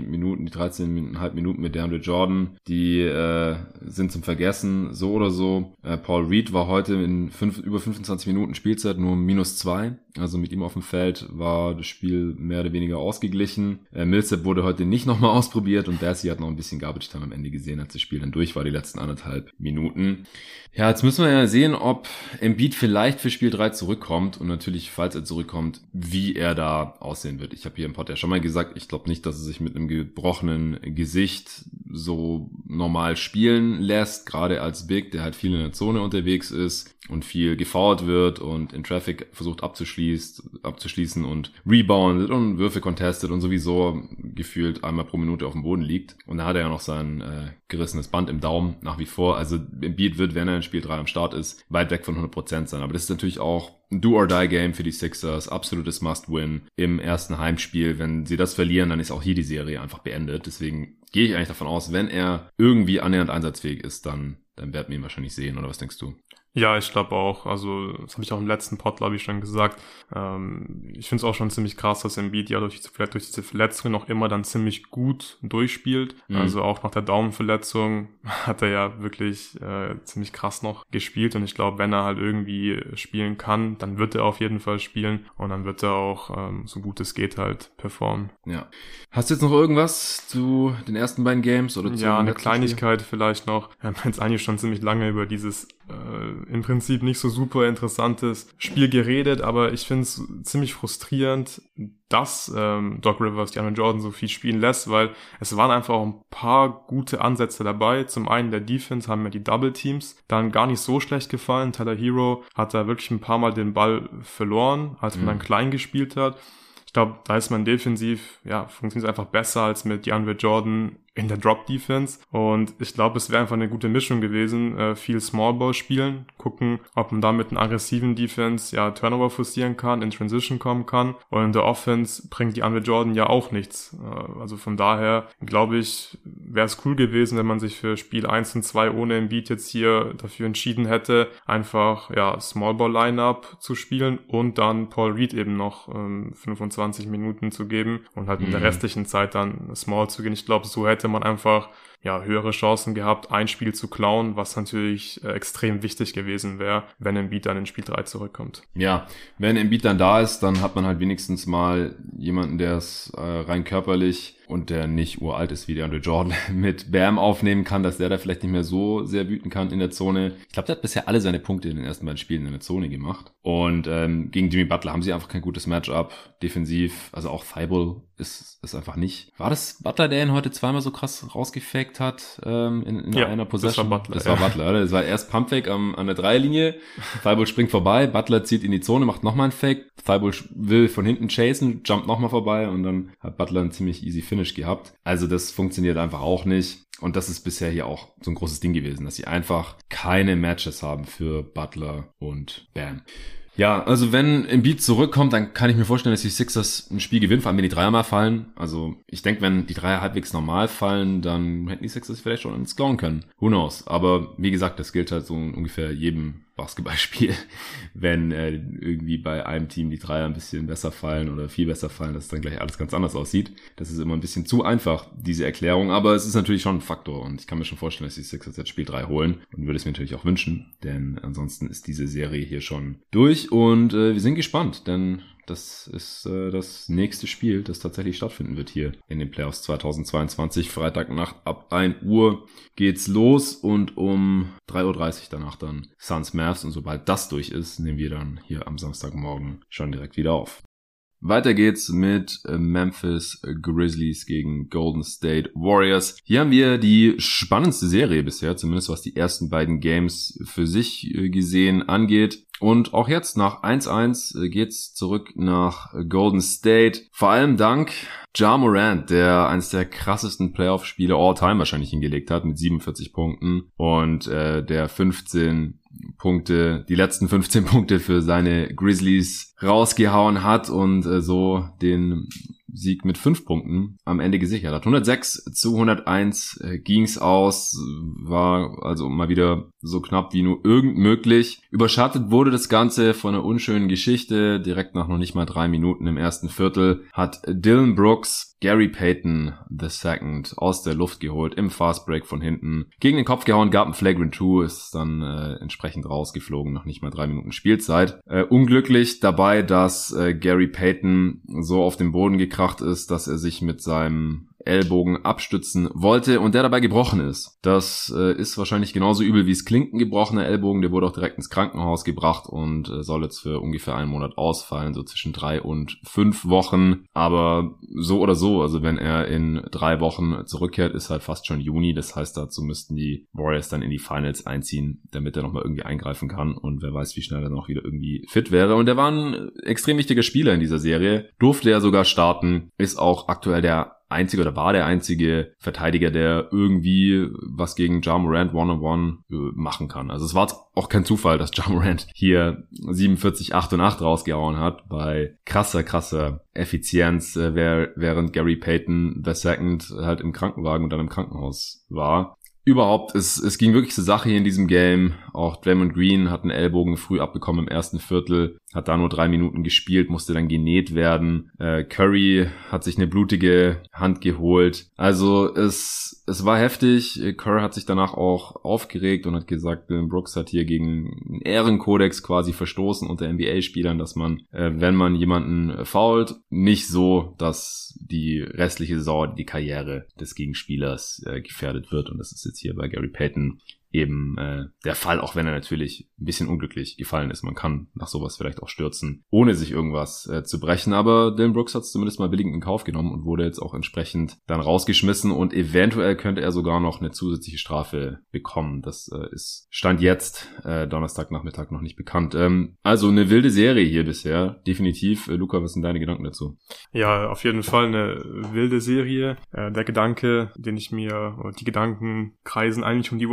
Speaker 2: 13,5 Minuten mit DeAndre Jordan, die sind zum Vergessen, so oder so. Paul Reed war heute in über 25 Minuten Spielzeit nur -2. Also mit ihm auf dem Feld war das Spiel mehr oder weniger ausgeglichen. Millsap wurde heute nicht nochmal ausprobiert und Bassey hat noch ein bisschen Garbage Time am Ende gesehen, als das Spiel dann durch war, die letzten 1,5 Minuten. Ja, jetzt müssen wir ja sehen, ob Embiid vielleicht für Spiel 3 zurückkommt und natürlich, falls er zurückkommt, wie er da aussehen wird. Ich habe hier im Pod ja schon mal gesagt, ich glaube nicht, dass er sich mit einem gebrochenen Gesicht so normal spielen lässt, gerade als Big, der halt viel in der Zone unterwegs ist und viel gefoult wird und in Traffic versucht abzuschließen und reboundet und Würfe contestet und sowieso gefühlt einmal pro Minute auf dem Boden liegt. Und da hat er ja noch sein gerissenes Band im Daumen nach wie vor. Also Embiid wird, wenn er in Spiel 3 am Start ist, weit weg von 100% sein. Aber das ist natürlich auch ein Do-or-Die-Game für die Sixers, absolutes Must-Win im ersten Heimspiel. Wenn sie das verlieren, dann ist auch hier die Serie einfach beendet. Deswegen gehe ich eigentlich davon aus, wenn er irgendwie annähernd einsatzfähig ist, dann werden wir ihn wahrscheinlich sehen, oder was denkst du?
Speaker 3: Ja, ich glaube auch. Also das habe ich auch im letzten Pod, glaube ich, schon gesagt. Ich finde es auch schon ziemlich krass, dass Embiid ja durch diese Verletzung noch immer dann ziemlich gut durchspielt. Also auch nach der Daumenverletzung hat er ja wirklich ziemlich krass noch gespielt. Und ich glaube, wenn er halt irgendwie spielen kann, dann wird er auf jeden Fall spielen. Und dann wird er auch, so gut es geht, halt performen.
Speaker 2: Ja. Hast du jetzt noch irgendwas zu den ersten beiden Games? Oder
Speaker 3: ja, eine Kleinigkeit vielleicht noch. Wir haben jetzt eigentlich schon ziemlich lange über dieses im Prinzip nicht so super interessantes Spiel geredet, aber ich finde es ziemlich frustrierend, dass Doc Rivers DeAndre Jordan so viel spielen lässt, weil es waren einfach auch ein paar gute Ansätze dabei. Zum einen der Defense haben mir die Double Teams dann gar nicht so schlecht gefallen. Tyler Hero hat da wirklich ein paar Mal den Ball verloren, als man dann klein gespielt hat. Ich glaube, da ist man defensiv, funktioniert einfach besser als mit DeAndre Jordan in der Drop-Defense. Und ich glaube, es wäre einfach eine gute Mischung gewesen. Viel Small-Ball spielen, gucken, ob man da mit einer aggressiven Defense Turnover forcieren kann, in Transition kommen kann. Und in der Offense bringt DeAndre Jordan ja auch nichts. Also von daher, glaube ich, wäre es cool gewesen, wenn man sich für Spiel 1 und 2 ohne Embiid jetzt hier dafür entschieden hätte, einfach Small-Ball-Lineup zu spielen und dann Paul Reed eben noch 25 Minuten zu geben und halt in der restlichen Zeit dann Small zu gehen. Ich glaube, so hätte man einfach höhere Chancen gehabt, ein Spiel zu klauen, was natürlich extrem wichtig gewesen wäre, wenn Embiid dann in Spiel 3 zurückkommt.
Speaker 1: Ja, wenn Embiid dann da ist, dann hat man halt wenigstens mal jemanden, der es rein körperlich und der nicht uralt ist wie DeAndre Jordan mit Bam aufnehmen kann, dass der da vielleicht nicht mehr so sehr wüten kann in der Zone. Ich glaube, der hat bisher alle seine Punkte in den ersten beiden Spielen in der Zone gemacht. Und gegen Jimmy Butler haben sie einfach kein gutes Matchup. Defensiv, also auch Thibault ist einfach nicht. War das Butler, der ihn heute zweimal so krass rausgefaked hat in einer Possession? Das war Butler. Das war erst Pumpfake an der Dreierlinie. Thibault springt vorbei, Butler zieht in die Zone, macht nochmal einen Fake. Thibault will von hinten chasen, jumpt nochmal vorbei und dann hat Butler einen ziemlich easy Finish gehabt. Also das funktioniert einfach auch nicht. Und das ist bisher hier auch so ein großes Ding gewesen, dass sie einfach keine Matches haben für Butler und Bam. Ja, also wenn Embiid zurückkommt, dann kann ich mir vorstellen, dass die Sixers ein Spiel gewinnen, vor allem wenn die Dreier mal fallen. Also ich denke, wenn die Dreier halbwegs normal fallen, dann hätten die Sixers vielleicht schon ins Klauen können. Who knows? Aber wie gesagt, das gilt halt so ungefähr jedem Basketballspiel, wenn irgendwie bei einem Team die Dreier ein bisschen besser fallen oder viel besser fallen, dass dann gleich alles ganz anders aussieht. Das ist immer ein bisschen zu einfach, diese Erklärung, aber es ist natürlich schon ein Faktor und ich kann mir schon vorstellen, dass die Sixers jetzt Spiel 3 holen und würde es mir natürlich auch wünschen, denn ansonsten ist diese Serie hier schon durch und wir sind gespannt, denn das ist das nächste Spiel, das tatsächlich stattfinden wird hier in den Playoffs 2022. Freitagnacht ab 1 Uhr geht's los und um 3:30 Uhr danach dann Suns Mavs. Und sobald das durch ist, nehmen wir dann hier am Samstagmorgen schon direkt wieder auf. Weiter geht's mit Memphis Grizzlies gegen Golden State Warriors. Hier haben wir die spannendste Serie bisher, zumindest was die ersten beiden Games für sich gesehen angeht. Und auch jetzt nach 1-1 geht's zurück nach Golden State. Vor allem dank Ja Morant, der eines der krassesten Playoff-Spiele all time wahrscheinlich hingelegt hat mit 47 Punkten und der 15 Punkte, die letzten 15 Punkte für seine Grizzlies rausgehauen hat und so den Sieg mit 5 Punkten am Ende gesichert hat. 106-101 ging's aus, war also mal wieder so knapp wie nur irgend möglich. Überschattet wurde das Ganze von einer unschönen Geschichte. Direkt nach noch nicht mal 3 Minuten im ersten Viertel hat Dillon Brooks Gary Payton II aus der Luft geholt, im Fastbreak von hinten, gegen den Kopf gehauen, gab einen Flagrant 2, ist dann entsprechend rausgeflogen, nach nicht mal 3 Minuten Spielzeit. Unglücklich dabei, dass Gary Payton so auf den Boden gekracht ist, dass er sich mit seinem Ellbogen abstützen wollte und der dabei gebrochen ist. Das ist wahrscheinlich genauso übel wie es klingt, ein gebrochener Ellbogen. Der wurde auch direkt ins Krankenhaus gebracht und soll jetzt für ungefähr 1 Monat ausfallen, so zwischen 3 und 5 Wochen. Aber so oder so, also wenn er in 3 Wochen zurückkehrt, ist halt fast schon Juni. Das heißt, dazu müssten die Warriors dann in die Finals einziehen, damit er nochmal irgendwie eingreifen kann und wer weiß, wie schnell er noch wieder irgendwie fit wäre. Und er war ein extrem wichtiger Spieler in dieser Serie, durfte er sogar starten, ist auch aktuell der einzige oder war der einzige Verteidiger, der irgendwie was gegen Ja Morant One-on-One machen kann. Also es war auch kein Zufall, dass Ja Morant hier 47, 8 und 8 rausgehauen hat bei krasser Effizienz, während Gary Payton II halt im Krankenwagen und dann im Krankenhaus war. Überhaupt, es ging wirklich zur Sache hier in diesem Game. Auch Draymond Green hat einen Ellbogen früh abbekommen im ersten Viertel, hat da nur 3 Minuten gespielt, musste dann genäht werden. Curry hat sich eine blutige Hand geholt. Also es war heftig. Curry hat sich danach auch aufgeregt und hat gesagt, Dillon Brooks hat hier gegen einen Ehrenkodex quasi verstoßen unter NBA-Spielern, dass man, wenn man jemanden foult, nicht so, dass die restliche Saison, die Karriere des Gegenspielers gefährdet wird. Und das ist jetzt hier bei Gary Payton eben der Fall, auch wenn er natürlich ein bisschen unglücklich gefallen ist. Man kann nach sowas vielleicht auch stürzen, ohne sich irgendwas zu brechen. Aber Dillon Brooks hat es zumindest mal billigend in Kauf genommen und wurde jetzt auch entsprechend dann rausgeschmissen. Und eventuell könnte er sogar noch eine zusätzliche Strafe bekommen. Das ist Stand jetzt, Donnerstagnachmittag, noch nicht bekannt. Also eine wilde Serie hier bisher, definitiv. Luca, was sind deine Gedanken dazu?
Speaker 3: Ja, auf jeden Fall eine wilde Serie. Der Gedanke, die Gedanken kreisen eigentlich um die Warriors Defense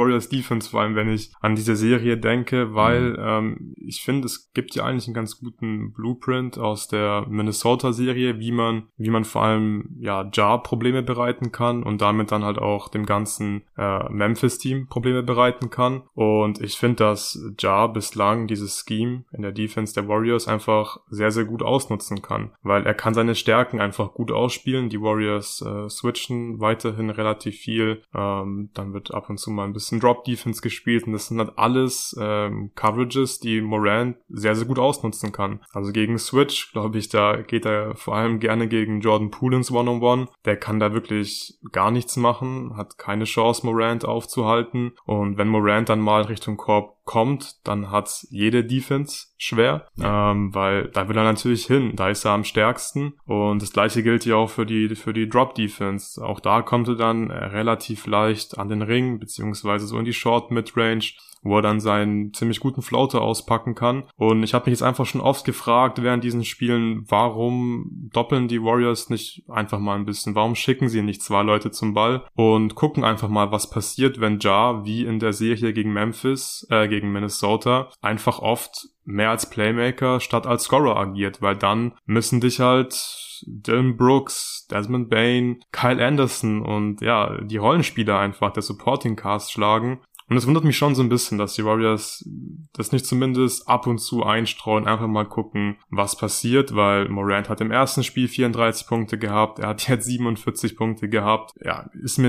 Speaker 3: Defense, vor allem wenn ich an diese Serie denke, weil ich finde, es gibt ja eigentlich einen ganz guten Blueprint aus der Minnesota-Serie, wie man vor allem Ja Probleme bereiten kann und damit dann halt auch dem ganzen Memphis-Team Probleme bereiten kann. Und ich finde, dass Ja bislang dieses Scheme in der Defense der Warriors einfach sehr, sehr gut ausnutzen kann, weil er kann seine Stärken einfach gut ausspielen. Die Warriors switchen weiterhin relativ viel. Dann wird ab und zu mal ein bisschen Drop-Defense gespielt und das sind halt alles Coverages, die Morant sehr, sehr gut ausnutzen kann. Also gegen Switch, glaube ich, da geht er vor allem gerne gegen Jordan Poole ins One-on-One. Der kann da wirklich gar nichts machen, hat keine Chance, Morant aufzuhalten. Und wenn Morant dann mal Richtung Korb kommt, dann hat's jede Defense schwer, weil da will er natürlich hin, da ist er am stärksten und das gleiche gilt ja auch für die Drop-Defense. Auch da kommt er dann relativ leicht an den Ring, beziehungsweise so in die Short-Mid-Range, wo er dann seinen ziemlich guten Floater auspacken kann. Und ich habe mich jetzt einfach schon oft gefragt während diesen Spielen, warum doppeln die Warriors nicht einfach mal ein bisschen? Warum schicken sie nicht 2 Leute zum Ball und gucken einfach mal, was passiert, wenn Ja, wie in der Serie gegen gegen Minnesota, einfach oft mehr als Playmaker statt als Scorer agiert, weil dann müssen dich halt Dillon Brooks, Desmond Bane, Kyle Anderson und die Rollenspieler einfach der Supporting Cast schlagen. Und es wundert mich schon so ein bisschen, dass die Warriors das nicht zumindest ab und zu einstreuen, einfach mal gucken, was passiert, weil Morant hat im ersten Spiel 34 Punkte gehabt, er hat jetzt 47 Punkte gehabt. Ja,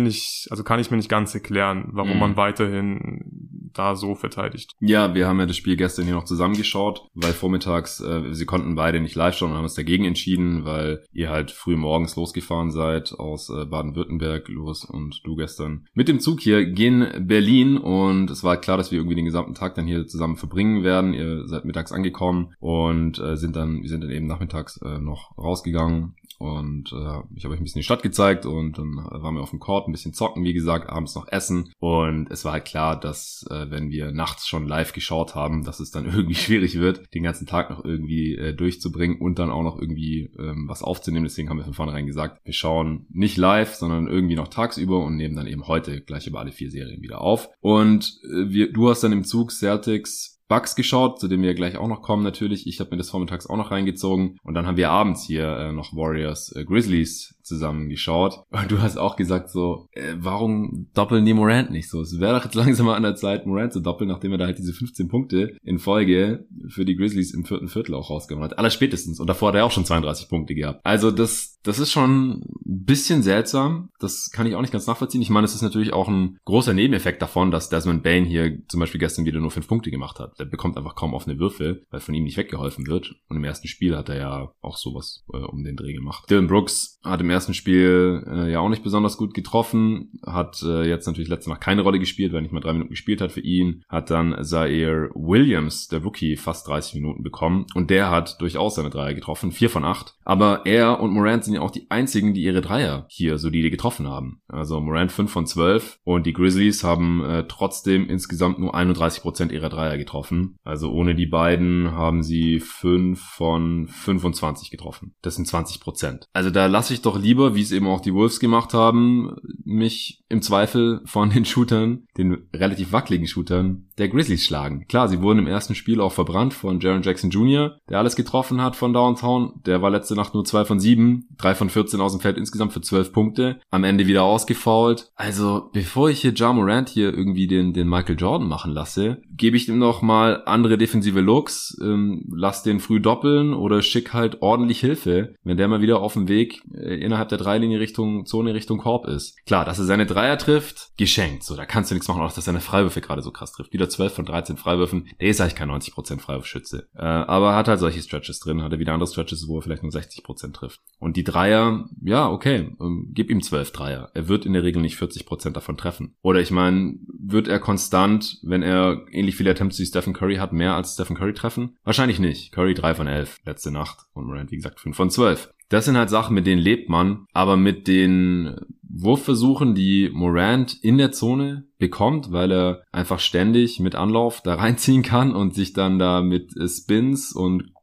Speaker 3: kann ich mir nicht ganz erklären, warum man weiterhin da so verteidigt.
Speaker 2: Ja, wir haben ja das Spiel gestern hier noch zusammengeschaut, weil vormittags, sie konnten beide nicht live schauen und haben uns dagegen entschieden, weil ihr halt früh morgens losgefahren seid aus Baden-Württemberg, Louis und du gestern mit dem Zug hier gehen Berlin. Und es war klar, dass wir irgendwie den gesamten Tag dann hier zusammen verbringen werden. Ihr seid mittags angekommen und wir sind dann eben nachmittags noch rausgegangen. Und ich habe euch ein bisschen die Stadt gezeigt und dann waren wir auf dem Court ein bisschen zocken, wie gesagt, abends noch essen. Und es war halt klar, dass wenn wir nachts schon live geschaut haben, dass es dann irgendwie schwierig wird, den ganzen Tag noch irgendwie durchzubringen und dann auch noch irgendwie was aufzunehmen. Deswegen haben wir von vornherein gesagt, wir schauen nicht live, sondern irgendwie noch tagsüber und nehmen dann eben heute gleich über alle 4 Serien wieder auf. Und du hast dann im Zug Celtics Bucks geschaut, zu dem wir gleich auch noch kommen natürlich. Ich habe mir das vormittags auch noch reingezogen. Und dann haben wir abends hier noch Warriors Grizzlies zusammen geschaut. Und du hast auch gesagt so, warum doppeln die Morant nicht so? Es wäre doch jetzt langsam mal an der Zeit, Morant zu doppeln, nachdem er da halt diese 15 Punkte in Folge für die Grizzlies im 4. Viertel auch rausgehauen hat. Allerspätestens. Und davor hat er auch schon 32 Punkte gehabt. Also das ist schon ein bisschen seltsam. Das kann ich auch nicht ganz nachvollziehen. Ich meine, es ist natürlich auch ein großer Nebeneffekt davon, dass Desmond Bane hier zum Beispiel gestern wieder nur 5 Punkte gemacht hat. Der bekommt einfach kaum offene Würfel, weil von ihm nicht weggeholfen wird. Und im ersten Spiel hat er ja auch sowas um den Dreh gemacht. Dillon Brooks hat im ersten Spiel ja auch nicht besonders gut getroffen, hat jetzt natürlich letzte Nacht keine Rolle gespielt, weil er nicht mal 3 Minuten gespielt hat für ihn. Hat dann Zaire Williams, der Rookie, fast 30 Minuten bekommen. Und der hat durchaus seine Dreier getroffen, 4 von 8. Aber er und Morant sind ja auch die einzigen, die ihre Dreier hier solide getroffen haben. Also Morant 5 von 12 und die Grizzlies haben trotzdem insgesamt nur 31% ihrer Dreier getroffen. Also ohne die beiden haben sie 5 von 25 getroffen. Das sind 20%. Also da lasse ich doch lieber, wie es eben auch die Wolves gemacht haben, mich im Zweifel von den Shootern, den relativ wackeligen Shootern der Grizzlies schlagen. Klar, sie wurden im ersten Spiel auch verbrannt von Jaren Jackson Jr., der alles getroffen hat von Downtown. Der war letzte Nacht nur 2 von 7, 3 von 14 aus dem Feld insgesamt für 12 Punkte. Am Ende wieder ausgefoult. Also bevor ich hier Ja Morant hier irgendwie den Michael Jordan machen lasse, gebe ich ihm noch mal andere defensive Looks, lass den früh doppeln oder schick halt ordentlich Hilfe, wenn der mal wieder auf dem Weg innerhalb der Dreilinie Richtung Zone, Richtung Korb ist. Klar, dass er seine Dreier trifft, geschenkt. So, da kannst du nichts machen, auch dass seine Freiwürfe gerade so krass trifft. Wieder 12 von 13 Freiwürfen. Der ist eigentlich kein 90% Freiwurfschütze. Aber hat halt solche Stretches drin, hat er wieder andere Stretches, wo er vielleicht nur 60% trifft. Und die Dreier, ja, okay, gib ihm 12 Dreier. Er wird in der Regel nicht 40% davon treffen. Oder ich meine, wird er konstant, wenn er ähnlich viele Attempts wie Stephen Curry hat, mehr als Stephen Curry treffen? Wahrscheinlich nicht. Curry 3 von 11 letzte Nacht und Morant, wie gesagt, 5 von 12. Das sind halt Sachen, mit denen lebt man, aber mit den Wurfversuchen, die Morant in der Zone bekommt, weil er einfach ständig mit Anlauf da reinziehen kann und sich dann da mit Spins und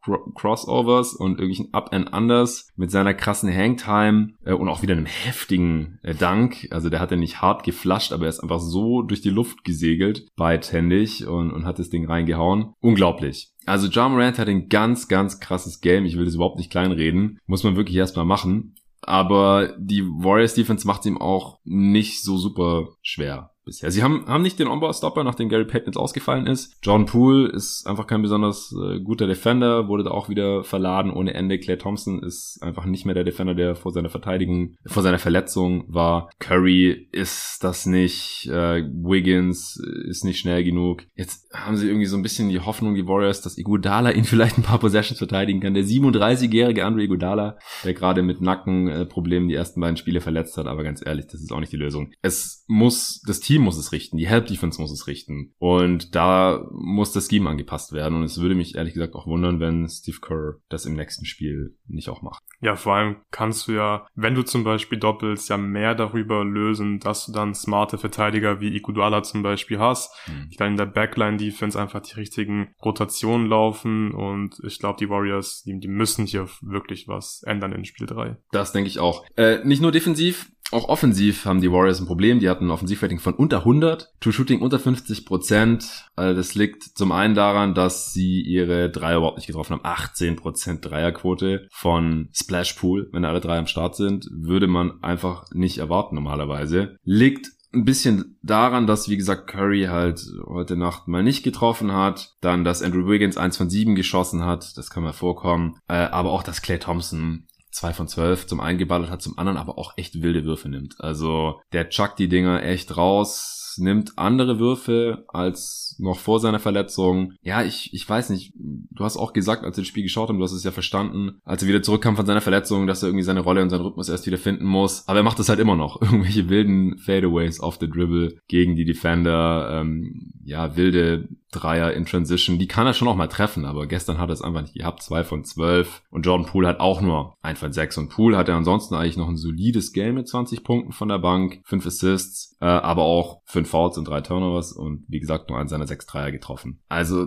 Speaker 1: Crossovers und irgendwelchen Up-and-Unders mit seiner krassen Hangtime und auch wieder einem heftigen Dunk. Also der hat ja nicht hart geflasht, aber er ist einfach so durch die Luft gesegelt, beidhändig und hat das Ding reingehauen. Unglaublich. Also Ja Morant hat ein ganz, ganz krasses Game. Ich will das überhaupt nicht kleinreden. Muss man wirklich erstmal machen. Aber die Warriors Defense macht es ihm auch nicht so super schwer bisher. Sie haben nicht den On-Ball-Stopper, nachdem Gary Payton jetzt ausgefallen ist. Jordan Poole ist einfach kein besonders guter Defender, wurde da auch wieder verladen ohne Ende. Klay Thompson ist einfach nicht mehr der Defender, der vor seiner Verletzung war. Curry ist das nicht. Wiggins ist nicht schnell genug. Jetzt haben sie irgendwie so ein bisschen die Hoffnung, die Warriors, dass Iguodala ihn vielleicht ein paar Possessions verteidigen kann. Der 37-jährige Andre Iguodala, der gerade mit Nackenproblemen die ersten beiden Spiele verletzt hat. Aber ganz ehrlich, das ist auch nicht die Lösung. Das Team muss es richten, die Help Defense muss es richten und da muss das Scheme angepasst werden und es würde mich ehrlich gesagt auch wundern, wenn Steve Kerr das im nächsten Spiel nicht auch macht.
Speaker 3: Ja, vor allem kannst du ja, wenn du zum Beispiel doppelst, ja mehr darüber lösen, dass du dann smarte Verteidiger wie Iguodala zum Beispiel hast, die dann in der Backline-Defense einfach die richtigen Rotationen laufen und ich glaube, die Warriors, die müssen hier wirklich was ändern in Spiel 3.
Speaker 1: Das denke ich auch. Nicht nur defensiv, auch offensiv haben die Warriors ein Problem. Die hatten ein Offensivrating von unter 100, True Shooting unter 50%. Also das liegt zum einen daran, dass sie ihre Dreier überhaupt nicht getroffen haben. 18% Dreierquote von Splash Pool. Wenn alle drei am Start sind, würde man einfach nicht erwarten normalerweise. Liegt ein bisschen daran, dass, wie gesagt, Curry halt heute Nacht mal nicht getroffen hat. Dann, dass Andrew Wiggins 1 von 7 geschossen hat. Das kann mal vorkommen. Aber auch, dass Klay Thompson 2 von 12 zum einen geballert hat, zum anderen aber auch echt wilde Würfe nimmt. Also der chuckt die Dinger echt raus, nimmt andere Würfe als noch vor seiner Verletzung. Ja, ich weiß nicht, du hast auch gesagt, als wir das Spiel geschaut haben, du hast es ja verstanden, als er wieder zurückkam von seiner Verletzung, dass er irgendwie seine Rolle und seinen Rhythmus erst wieder finden muss. Aber er macht das halt immer noch. Irgendwelche wilden Fadeaways auf the Dribble gegen die Defender, wilde Dreier in Transition, die kann er schon auch mal treffen, aber gestern hat er es einfach nicht gehabt, 2 von 12 und Jordan Poole hat auch nur 1 von 6 und Poole hatte ansonsten eigentlich noch ein solides Game mit 20 Punkten von der Bank, 5 Assists, aber auch 5 Fouls und 3 Turnovers und wie gesagt nur einen seiner 6 Dreier getroffen. Also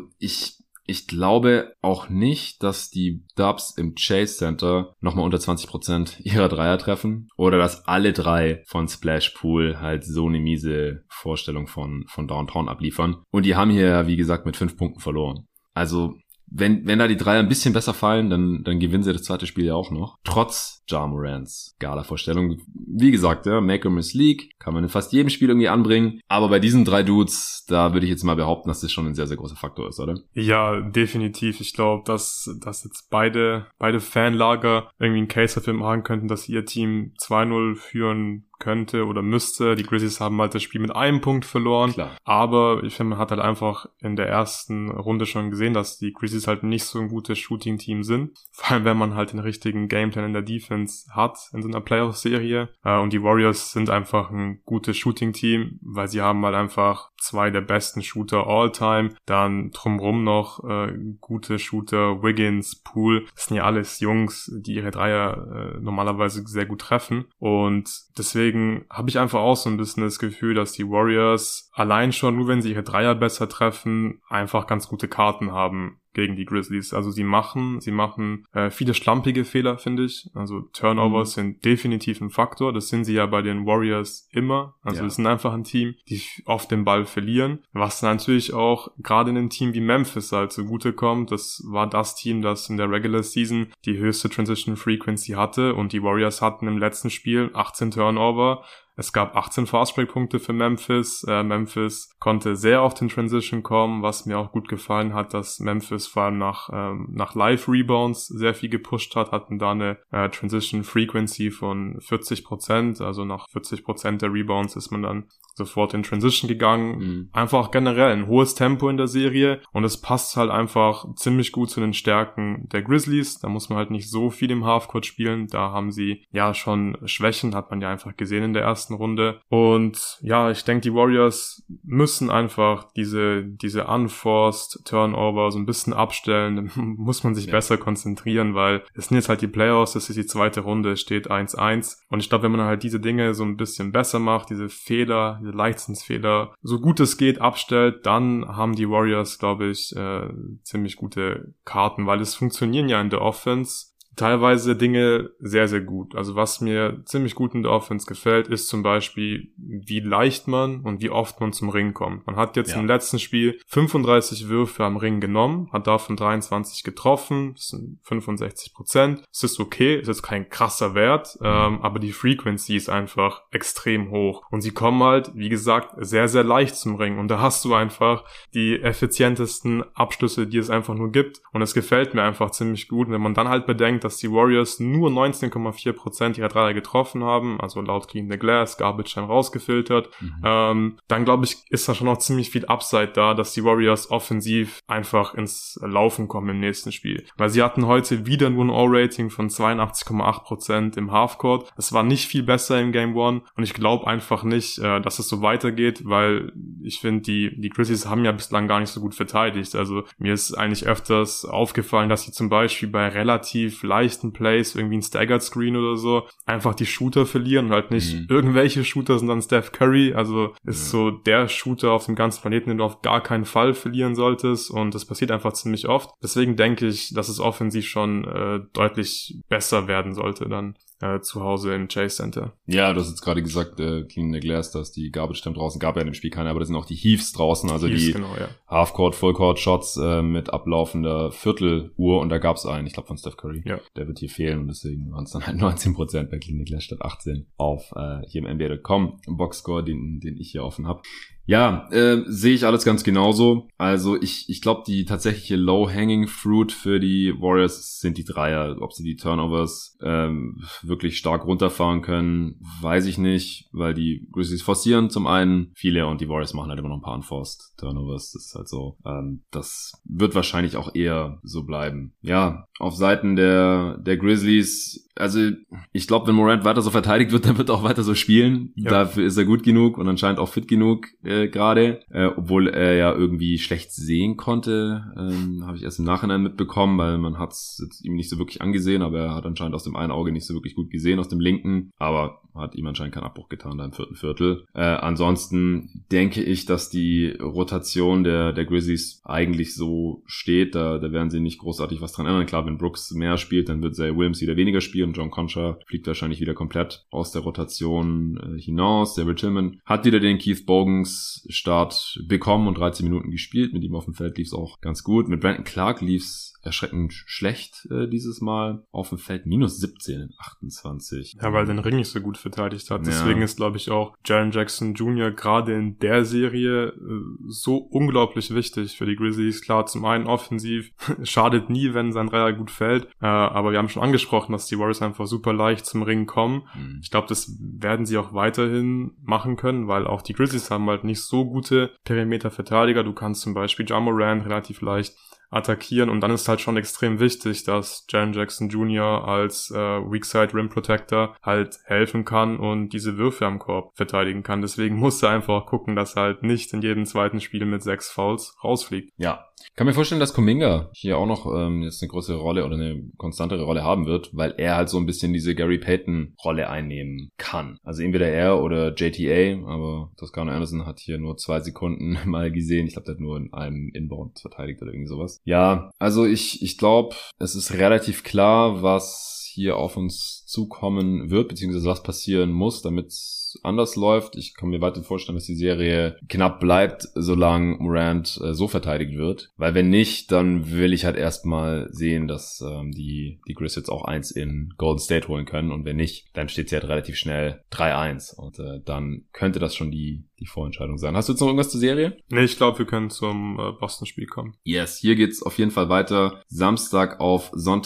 Speaker 1: ich glaube auch nicht, dass die Dubs im Chase Center nochmal unter 20% ihrer Dreier treffen oder dass alle 3 von Splash Pool halt so eine miese Vorstellung von Downtown abliefern. Und die haben hier, wie gesagt, mit 5 Punkten verloren. Also wenn da die Dreier ein bisschen besser fallen, dann gewinnen sie das zweite Spiel ja auch noch. Trotz Ja Morants Gala-Vorstellung. Wie gesagt, ja, Make or Miss League kann man in fast jedem Spiel irgendwie anbringen. Aber bei diesen 3 Dudes, da würde ich jetzt mal behaupten, dass das schon ein sehr, sehr großer Faktor ist, oder?
Speaker 3: Ja, definitiv. Ich glaube, dass jetzt beide Fanlager irgendwie einen Case dafür machen könnten, dass sie ihr Team 2-0 führen könnte oder müsste. Die Grizzlies haben halt das Spiel mit einem Punkt verloren.
Speaker 1: Klar.
Speaker 3: Aber ich finde, man hat halt einfach in der ersten Runde schon gesehen, dass die Grizzlies halt nicht so ein gutes Shooting-Team sind. Vor allem, wenn man halt den richtigen Gameplan in der Defense hat in so einer Playoff-Serie. Und die Warriors sind einfach ein gutes Shooting-Team, weil sie haben halt einfach 2 der besten Shooter all-time. Dann drumrum noch gute Shooter, Wiggins, Poole. Das sind ja alles Jungs, die ihre Dreier normalerweise sehr gut treffen. Und deswegen habe ich einfach auch so ein bisschen das Gefühl, dass die Warriors allein schon, nur wenn sie ihre Dreier besser treffen, einfach ganz gute Karten haben gegen die Grizzlies. Also sie machen viele schlampige Fehler, finde ich. Also Turnovers sind definitiv ein Faktor. Das sind sie ja bei den Warriors immer. Also es sind einfach ein Team, die oft den Ball verlieren. Was natürlich auch gerade in einem Team wie Memphis halt zugutekommt. Das war das Team, das in der Regular Season die höchste Transition Frequency hatte. Und die Warriors hatten im letzten Spiel 18 Turnover. Es gab 18 Fastbreak-Punkte für Memphis. Memphis konnte sehr oft in Transition kommen, was mir auch gut gefallen hat, dass Memphis vor allem nach Live-Rebounds sehr viel gepusht hat, hatten da eine Transition-Frequency von 40%, also nach 40% der Rebounds ist man dann sofort in Transition gegangen. Einfach generell ein hohes Tempo in der Serie und es passt halt einfach ziemlich gut zu den Stärken der Grizzlies. Da muss man halt nicht so viel im Halfcourt spielen. Da haben sie ja schon Schwächen, hat man ja einfach gesehen in der ersten ersten Runde. Und ja, ich denke, die Warriors müssen einfach diese unforced Turnover so ein bisschen abstellen. Da muss man sich besser konzentrieren, weil es sind jetzt halt die Playoffs, das ist die zweite Runde, es steht 1-1. Und ich glaube, wenn man halt diese Dinge so ein bisschen besser macht, diese Fehler, diese Leichtsinnsfehler, so gut es geht abstellt, dann haben die Warriors, glaube ich, ziemlich gute Karten, weil es funktionieren ja in der Offense teilweise Dinge sehr, sehr gut. Also was mir ziemlich gut in der Offense gefällt, ist zum Beispiel, wie leicht man und wie oft man zum Ring kommt. Man hat jetzt im letzten Spiel 35 Würfe am Ring genommen, hat davon 23 getroffen, das sind 65%. Das ist okay, ist jetzt kein krasser Wert, aber die Frequency ist einfach extrem hoch. Und sie kommen halt, wie gesagt, sehr, sehr leicht zum Ring. Und da hast du einfach die effizientesten Abschlüsse, die es einfach nur gibt. Und es gefällt mir einfach ziemlich gut. Und wenn man dann halt bedenkt, dass die Warriors nur 19,4% ihrer Dreier getroffen haben, also laut Clean the Glass, Garbage Time rausgefiltert, dann glaube ich, ist da schon noch ziemlich viel Upside da, dass die Warriors offensiv einfach ins Laufen kommen im nächsten Spiel. Weil sie hatten heute wieder nur ein All-Rating von 82,8% im Halfcourt. Es war nicht viel besser im Game 1 und ich glaube einfach nicht, dass es so weitergeht, weil ich finde, die Grizzlies haben ja bislang gar nicht so gut verteidigt. Also mir ist eigentlich öfters aufgefallen, dass sie zum Beispiel bei relativ leichten Plays, irgendwie ein Staggered Screen oder so, einfach die Shooter verlieren und halt nicht irgendwelche Shooter, sondern Steph Curry, also ist so der Shooter auf dem ganzen Planeten, den du auf gar keinen Fall verlieren solltest und das passiert einfach ziemlich oft. Deswegen denke ich, dass es offensiv schon deutlich besser werden sollte dann zu Hause im Chase Center.
Speaker 2: Ja, du hast jetzt gerade gesagt, Clean the Glass, dass die Garbage Time draußen gab ja in dem Spiel keine, aber das sind auch die Heaves draußen, also Heaves, die Halfcourt, Fullcourt Shots mit ablaufender Vierteluhr und da gab es einen, ich glaube von Steph Curry. Ja. Der wird hier fehlen und deswegen waren es dann halt 19% bei Clean the Glass statt 18 auf hier im NBA.com Boxscore, den ich hier offen habe. Ja, sehe ich alles ganz genauso. Also ich glaube, die tatsächliche Low-Hanging Fruit für die Warriors sind die Dreier. Ob sie die Turnovers wirklich stark runterfahren können, weiß ich nicht, weil die Grizzlies forcieren zum einen viele und die Warriors machen halt immer noch ein paar Unforced Turnovers. Das ist halt so. Das wird wahrscheinlich auch eher so bleiben. Ja, auf Seiten der Grizzlies, also ich glaube, wenn Morant weiter so verteidigt wird, dann wird er auch weiter so spielen. Ja. Dafür ist er gut genug und anscheinend auch fit genug gerade, obwohl er ja irgendwie schlecht sehen konnte, habe ich erst im Nachhinein mitbekommen, weil man hat es ihm nicht so wirklich angesehen, aber er hat anscheinend aus dem einen Auge nicht so wirklich gut gesehen, aus dem linken, aber hat ihm anscheinend keinen Abbruch getan da im vierten Viertel. Ansonsten denke ich, dass die Rotation der Grizzlies eigentlich so steht, da werden sie nicht großartig was dran ändern. Klar, wenn Brooks mehr spielt, dann wird Zay Williams wieder weniger spielen und John Concha fliegt wahrscheinlich wieder komplett aus der Rotation hinaus. Der Rich Tillman hat wieder den Keith Bogans Start bekommen und 13 Minuten gespielt. Mit ihm auf dem Feld lief es auch ganz gut. Mit Brandon Clark lief es erschreckend schlecht dieses Mal. Auf dem Feld minus 17 in 28.
Speaker 3: Ja, weil den Ring nicht so gut verteidigt hat. Deswegen ist, glaube ich, auch Jaren Jackson Jr. gerade in der Serie so unglaublich wichtig für die Grizzlies. Klar, zum einen offensiv, schadet nie, wenn sein Dreier gut fällt. Aber wir haben schon angesprochen, dass die Warriors einfach super leicht zum Ring kommen. Ich glaube, das werden sie auch weiterhin machen können, weil auch die Grizzlies haben halt nicht so gute Perimeter-Verteidiger. Du kannst zum Beispiel Ja Morant relativ leicht attackieren und dann ist halt schon extrem wichtig, dass Jaren Jackson Jr. als Weakside Rim Protector halt helfen kann und diese Würfe am Korb verteidigen kann. Deswegen muss er einfach gucken, dass er halt nicht in jedem zweiten Spiel mit 6 Fouls rausfliegt.
Speaker 2: Ja. Ich kann mir vorstellen, dass Kuminga hier auch noch jetzt eine größere Rolle oder eine konstantere Rolle haben wird, weil er halt so ein bisschen diese Gary Payton-Rolle einnehmen kann. Also entweder er oder JTA, aber Toscano Anderson hat hier nur 2 Sekunden mal gesehen. Ich glaube, der hat nur in einem Inbound verteidigt oder irgendwie sowas. Ja, also ich glaube, es ist relativ klar, was hier auf uns zukommen wird, beziehungsweise was passieren muss, damit es anders läuft. Ich kann mir weiter vorstellen, dass die Serie knapp bleibt, solange Morant so verteidigt wird. Weil wenn nicht, dann will ich halt erstmal sehen, dass die Grizzlies jetzt auch 1 in Golden State holen können. Und wenn nicht, dann steht sie halt relativ schnell 3-1. Und dann könnte das schon die Vorentscheidung sein. Hast du jetzt noch irgendwas zur Serie?
Speaker 3: Nee, ich glaube, wir können zum Boston-Spiel kommen.
Speaker 2: Yes, hier geht's auf jeden Fall weiter. Samstag auf Sonntag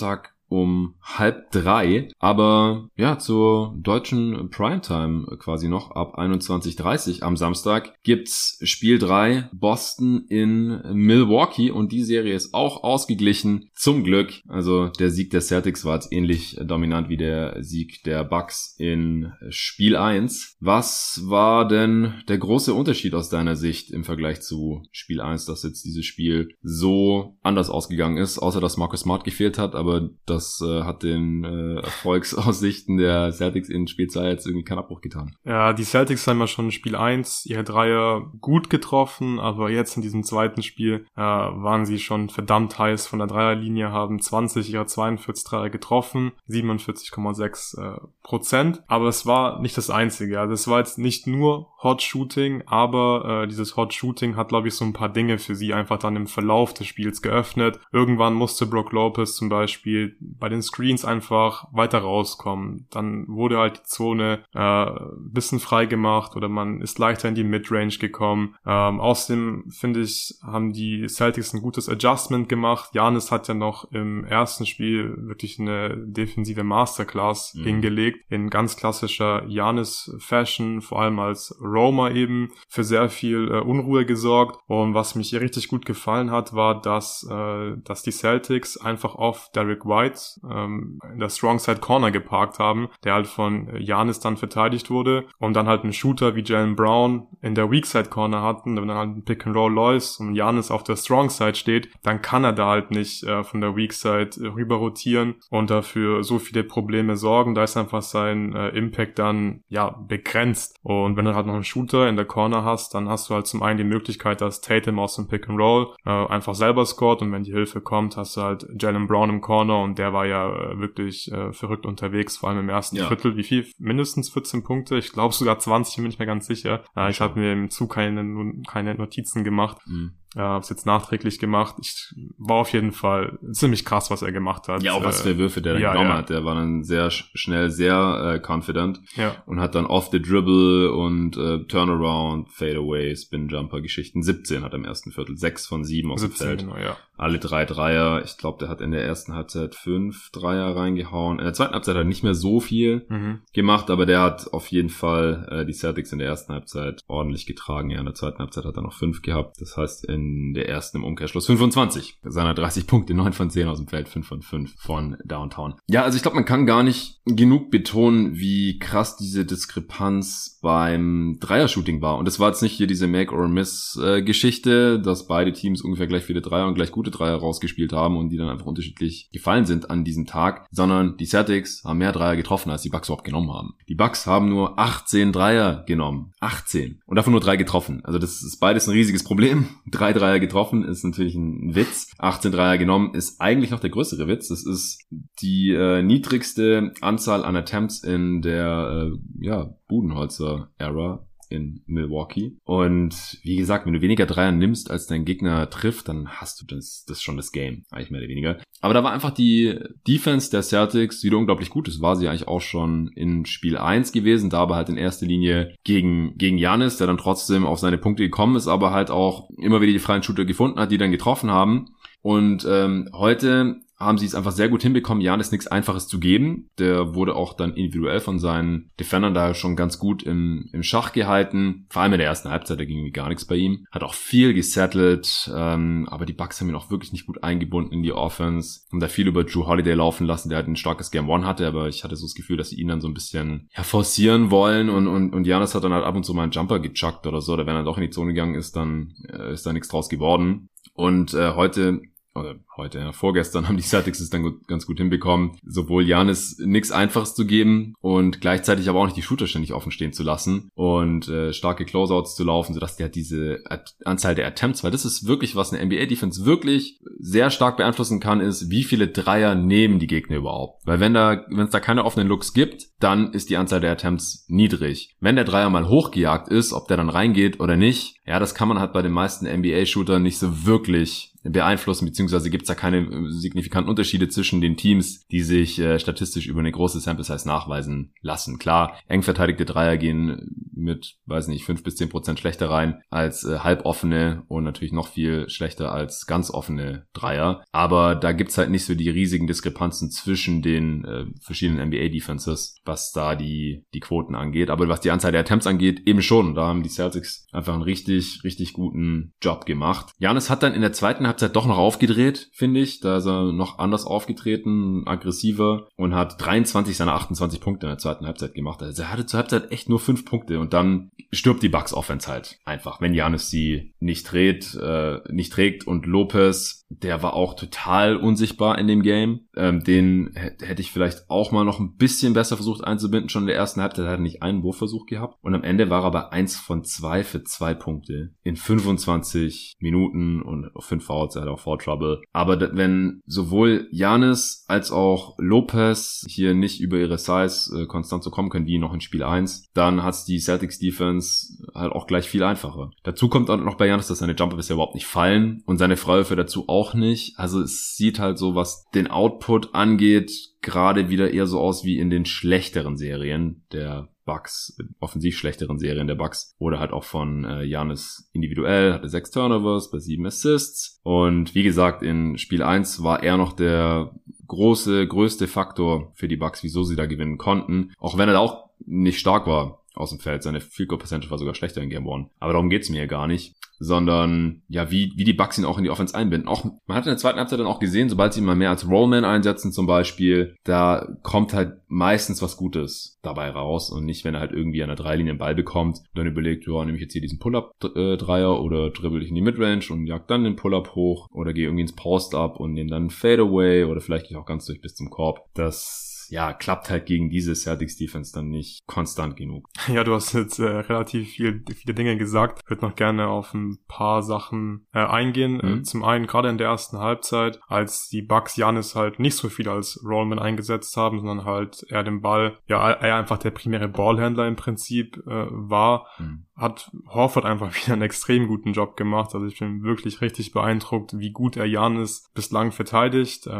Speaker 1: um 2:30, aber ja, zur deutschen Primetime quasi noch ab 21:30 am Samstag gibt's Spiel 3 Boston in Milwaukee und die Serie ist auch ausgeglichen, zum Glück. Also der Sieg der Celtics war jetzt ähnlich dominant wie der Sieg der Bucks in Spiel 1. Was war denn der große Unterschied aus deiner Sicht im Vergleich zu Spiel 1, dass jetzt dieses Spiel so anders ausgegangen ist, außer dass Marcus Smart gefehlt hat, aber das hat den Erfolgsaussichten der Celtics in Spiel 2 jetzt irgendwie keinen Abbruch getan.
Speaker 3: Ja, die Celtics haben ja schon in Spiel 1 ihre Dreier gut getroffen, aber jetzt in diesem zweiten Spiel waren sie schon verdammt heiß von der Dreierlinie, haben 20 ihrer 42 Dreier getroffen, 47,6%. Aber es war nicht das Einzige. Also es war jetzt nicht nur Hot Shooting, aber dieses Hot Shooting hat, glaube ich, so ein paar Dinge für sie einfach dann im Verlauf des Spiels geöffnet. Irgendwann musste Brook Lopez zum Beispiel bei den Screens einfach weiter rauskommen. Dann wurde halt die Zone bisschen frei gemacht oder man ist leichter in die Midrange gekommen. Außerdem, finde ich, haben die Celtics ein gutes Adjustment gemacht. Giannis hat ja noch im ersten Spiel wirklich eine defensive Masterclass hingelegt, in ganz klassischer Giannis-Fashion, vor allem als Roamer eben, für sehr viel Unruhe gesorgt. Und was mich hier richtig gut gefallen hat, war, dass die Celtics einfach auf Derrick White in der Strong Side Corner geparkt haben, der halt von Giannis dann verteidigt wurde und dann halt einen Shooter wie Jaylen Brown in der Weak Side Corner hatten, wenn dann halt ein Pick and Roll läuft und Giannis auf der Strong Side steht, dann kann er da halt nicht von der Weak Side rüber rotieren und dafür so viele Probleme sorgen. Da ist einfach sein Impact dann ja begrenzt. Und wenn du halt noch einen Shooter in der Corner hast, dann hast du halt zum einen die Möglichkeit, dass Tatum aus dem Pick and Roll einfach selber scoret und wenn die Hilfe kommt, hast du halt Jaylen Brown im Corner und der war ja wirklich verrückt unterwegs, vor allem im ersten Viertel. Wie viel? Mindestens 14 Punkte. Ich glaube sogar 20, bin ich mir ganz sicher. Ich habe mir im Zug keine Notizen gemacht. Hab's jetzt nachträglich gemacht. Ich war auf jeden Fall ziemlich krass, was er gemacht hat.
Speaker 1: Ja, auch was für Würfe der dann genommen hat. Der war dann sehr schnell, sehr confident und hat dann off the dribble und Turnaround, Fadeaway, Spin-Jumper Geschichten. 17 hat er im ersten Viertel, 6 von 7 aus dem Feld. Genau, ja. Alle 3 Dreier. Ich glaube, der hat in der ersten Halbzeit 5 Dreier reingehauen. In der zweiten Halbzeit hat er nicht mehr so viel gemacht, aber der hat auf jeden Fall die Celtics in der ersten Halbzeit ordentlich getragen. Ja, in der zweiten Halbzeit hat er noch 5 gehabt. Das heißt, in der ersten im Umkehrschluss 25 seiner 30 Punkte, 9 von 10 aus dem Feld, 5 von 5 von Downtown. Ja, also ich glaube, man kann gar nicht genug betonen, wie krass diese Diskrepanz beim Dreier-Shooting war. Und das war jetzt nicht hier diese Make-or-Miss-Geschichte, dass beide Teams ungefähr gleich viele Dreier und gleich gute Dreier rausgespielt haben und die dann einfach unterschiedlich gefallen sind an diesem Tag, sondern die Celtics haben mehr Dreier getroffen, als die Bucks überhaupt genommen haben. Die Bucks haben nur 18 Dreier genommen. 18. Und davon nur 3 getroffen. Also das ist beides ein riesiges Problem. 3 Dreier getroffen ist natürlich ein Witz. 18 Dreier genommen ist eigentlich noch der größere Witz. Das ist die niedrigste Anzahl an Attempts in der Budenholzer-Ära in Milwaukee. Und wie gesagt, wenn du weniger Dreier nimmst, als dein Gegner trifft, dann hast du das schon das Game, eigentlich mehr oder weniger. Aber da war einfach die Defense der Celtics wieder unglaublich gut. Das war sie eigentlich auch schon in Spiel 1 gewesen, da aber halt in erster Linie gegen Giannis, der dann trotzdem auf seine Punkte gekommen ist, aber halt auch immer wieder die freien Shooter gefunden hat, die dann getroffen haben. Und heute haben sie es einfach sehr gut hinbekommen, Giannis nichts Einfaches zu geben. Der wurde auch dann individuell von seinen Defendern da schon ganz gut im Schach gehalten. Vor allem in der ersten Halbzeit, da ging irgendwie gar nichts bei ihm. Hat auch viel gesettelt, aber die Bucks haben ihn auch wirklich nicht gut eingebunden in die Offense. Haben da viel über Jrue Holiday laufen lassen, der halt ein starkes Game 1 hatte, aber ich hatte so das Gefühl, dass sie ihn dann so ein bisschen forcieren wollen und Giannis hat dann halt ab und zu mal einen Jumper gechuckt oder so, oder wenn er doch in die Zone gegangen ist, dann ist da nichts draus geworden. Und vorgestern haben die Celtics es dann ganz gut hinbekommen, sowohl Giannis nichts Einfaches zu geben und gleichzeitig aber auch nicht die Shooter ständig offen stehen zu lassen und starke Closeouts zu laufen, sodass der diese Anzahl der Attempts, weil das ist wirklich, was eine NBA-Defense wirklich sehr stark beeinflussen kann, ist, wie viele Dreier nehmen die Gegner überhaupt. Weil wenn es da keine offenen Looks gibt, dann ist die Anzahl der Attempts niedrig. Wenn der Dreier mal hochgejagt ist, ob der dann reingeht oder nicht, ja, das kann man halt bei den meisten NBA-Shootern nicht so wirklich beeinflussen, beziehungsweise gibt es da keine signifikanten Unterschiede zwischen den Teams, die sich statistisch über eine große Sample Size nachweisen lassen. Klar, eng verteidigte Dreier gehen mit, weiß nicht, 5-10% schlechter rein als halboffene und natürlich noch viel schlechter als ganz offene Dreier. Aber da gibt's halt nicht so die riesigen Diskrepanzen zwischen den verschiedenen NBA-Defenses, was da die Quoten angeht. Aber was die Anzahl der Attempts angeht, eben schon. Da haben die Celtics einfach einen richtig, richtig guten Job gemacht. Giannis hat dann in der zweiten Halbzeit doch noch aufgedreht, finde ich. Da ist er noch anders aufgetreten, aggressiver und hat 23 seiner 28 Punkte in der zweiten Halbzeit gemacht. Also er hatte zur Halbzeit echt nur 5 Punkte und dann stirbt die Bucks Offense halt einfach, wenn Giannis sie nicht trägt und Lopez, der war auch total unsichtbar in dem Game. Den hätte ich vielleicht auch mal noch ein bisschen besser versucht einzubinden, schon in der ersten Halbzeit hat er nicht einen Wurfversuch gehabt und am Ende war er bei 1 von 2 für 2 Punkte in 25 Minuten und 5 Fouls, er hat auch Foul Trouble. Aber wenn sowohl Giannis als auch Lopez hier nicht über ihre Size konstant so kommen können wie noch in Spiel 1, dann hat's die Celtics Defense halt auch gleich viel einfacher. Dazu kommt auch noch bei Giannis, dass seine Jumper bisher überhaupt nicht fallen und seine Freiwürfe dazu auch nicht. Also es sieht halt so, was den Output angeht, gerade wieder eher so aus wie in den schlechteren Serien der Bucks, offensiv schlechteren Serien der Bucks, oder halt auch von Giannis individuell, hatte 6 Turnovers bei 7 Assists und wie gesagt, in Spiel 1 war er noch der größte Faktor für die Bucks, wieso sie da gewinnen konnten, auch wenn er da auch nicht stark war aus dem Feld, seine Field Goal Percentage war sogar schlechter in Game 1, aber darum geht's mir hier gar nicht, sondern ja, wie die Bucks ihn auch in die Offense einbinden. Auch, man hat in der zweiten Halbzeit dann auch gesehen, sobald sie ihn mal mehr als Rollman einsetzen zum Beispiel, da kommt halt meistens was Gutes dabei raus und nicht, wenn er halt irgendwie an der Dreilinie den Ball bekommt und dann überlegt, ja, nehme ich jetzt hier diesen Pull-Up-Dreier oder dribbel ich in die Midrange und jag dann den Pull-Up hoch oder gehe irgendwie ins Post-Up und nehme dann einen Fadeaway oder vielleicht gehe ich auch ganz durch bis zum Korb. Das klappt halt gegen diese Celtics Defense dann nicht konstant genug.
Speaker 3: Ja, du hast jetzt relativ viele Dinge gesagt. Ich würde noch gerne auf ein paar Sachen eingehen. Zum einen gerade in der ersten Halbzeit, als die Bucks Giannis halt nicht so viel als Rollman eingesetzt haben, sondern halt er den Ball, er einfach der primäre Ballhändler im Prinzip war, hat Horford einfach wieder einen extrem guten Job gemacht. Also ich bin wirklich richtig beeindruckt, wie gut er Giannis bislang verteidigt.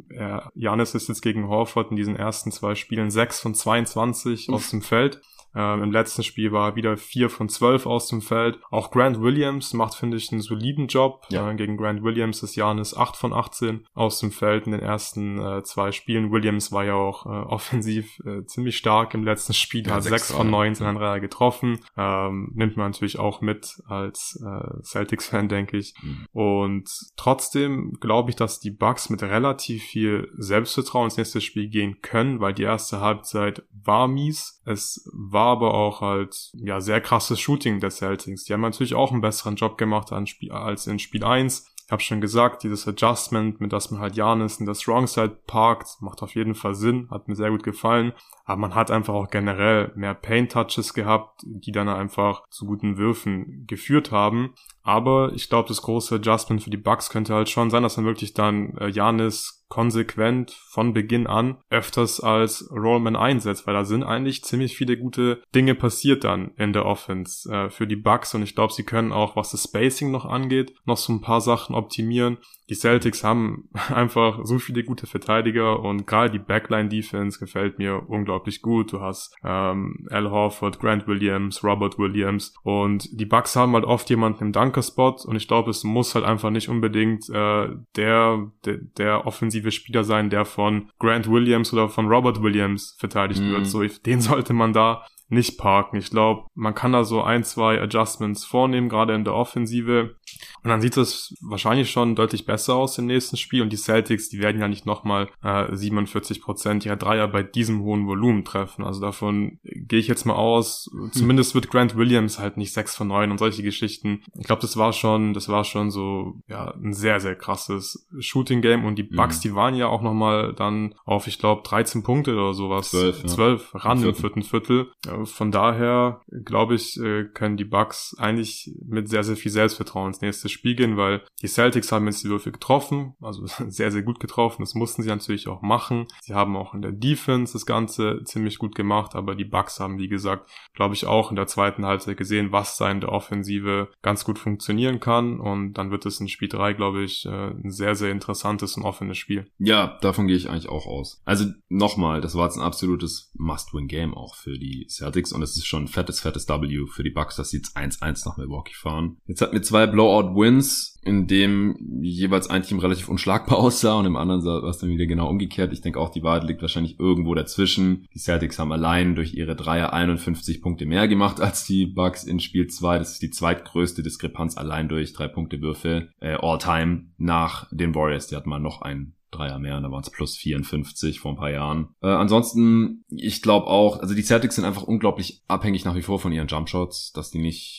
Speaker 3: Giannis ist jetzt gegen Horford in diesen ersten 2 Spielen 6 von 22 aus dem Feld. Im letzten Spiel war er wieder 4 von 12 aus dem Feld. Auch Grant Williams macht, finde ich, einen soliden Job. Ja. Gegen Grant Williams ist Giannis 8 von 18 aus dem Feld in den ersten 2 Spielen. Williams war ja auch offensiv ziemlich stark im letzten Spiel, hat 6 von 19 an Dreier getroffen. Nimmt man natürlich auch mit als Celtics-Fan, denke ich. Und trotzdem glaube ich, dass die Bucks mit relativ viel Selbstvertrauen ins nächste Spiel gehen können, weil die erste Halbzeit war mies. Es war aber auch halt, sehr krasses Shooting der Celtics. Die haben natürlich auch einen besseren Job gemacht als in Spiel 1. Ich habe schon gesagt, dieses Adjustment, mit das man halt Giannis in der Strong Side parkt, macht auf jeden Fall Sinn, hat mir sehr gut gefallen. Aber man hat einfach auch generell mehr Paint-Touches gehabt, die dann einfach zu guten Würfen geführt haben. Aber ich glaube, das große Adjustment für die Bucks könnte halt schon sein, dass man wirklich dann Giannis konsequent von Beginn an öfters als Rollman einsetzt, weil da sind eigentlich ziemlich viele gute Dinge passiert dann in der Offense für die Bucks und ich glaube, sie können auch, was das Spacing noch angeht, noch so ein paar Sachen optimieren. Die Celtics haben einfach so viele gute Verteidiger und gerade die Backline-Defense gefällt mir unglaublich gut. Du hast Al Horford, Grant Williams, Robert Williams und die Bucks haben halt oft jemanden im Dunker-Spot und ich glaube, es muss halt einfach nicht unbedingt der offensive Spieler sein, der von Grant Williams oder von Robert Williams verteidigt wird. So, den sollte man da nicht parken. Ich glaube, man kann da so 1-2 Adjustments vornehmen, gerade in der Offensive. Und dann sieht es wahrscheinlich schon deutlich besser aus im nächsten Spiel. Und die Celtics, die werden ja nicht nochmal 47% ihrer Dreier bei diesem hohen Volumen treffen. Also davon gehe ich jetzt mal aus. Zumindest wird Grant Williams halt nicht 6 von 9 und solche Geschichten. Ich glaube, das war schon so, ein sehr, sehr krasses Shooting-Game. Und die Bucks, die waren ja auch nochmal dann auf, ich glaube, 13 Punkte oder sowas. 12 ran im vierten Viertel. Von daher, glaube ich, können die Bucks eigentlich mit sehr, sehr viel Selbstvertrauen ins nächste Spiel gehen, weil die Celtics haben jetzt die Würfe getroffen, also sehr, sehr gut getroffen. Das mussten sie natürlich auch machen. Sie haben auch in der Defense das Ganze ziemlich gut gemacht, aber die Bucks haben, wie gesagt, glaube ich, auch in der zweiten Halbzeit gesehen, was da in der Offensive ganz gut funktionieren kann, und dann wird es in Spiel 3, glaube ich, ein sehr, sehr interessantes und offenes Spiel.
Speaker 2: Ja, davon gehe ich eigentlich auch aus. Also nochmal, das war jetzt ein absolutes Must-Win-Game auch für die Celtics, und es ist schon ein fettes W für die Bucks, dass sie jetzt 1-1 nach Milwaukee fahren. Jetzt hatten wir 2 Blowout-Wins, in dem jeweils ein Team relativ unschlagbar aussah und im anderen war es dann wieder genau umgekehrt. Ich denke auch, die Wahrheit liegt wahrscheinlich irgendwo dazwischen. Die Celtics haben allein durch ihre Dreier 51 Punkte mehr gemacht als die Bucks in Spiel 2. Das ist die zweitgrößte Diskrepanz allein durch 3-Punkte-Würfe all-time nach den Warriors. Die hatten mal noch einen Dreier mehr, und da waren es plus 54 vor ein paar Jahren. Ansonsten, ich glaube auch, also die Celtics sind einfach unglaublich abhängig nach wie vor von ihren Jumpshots, dass die nicht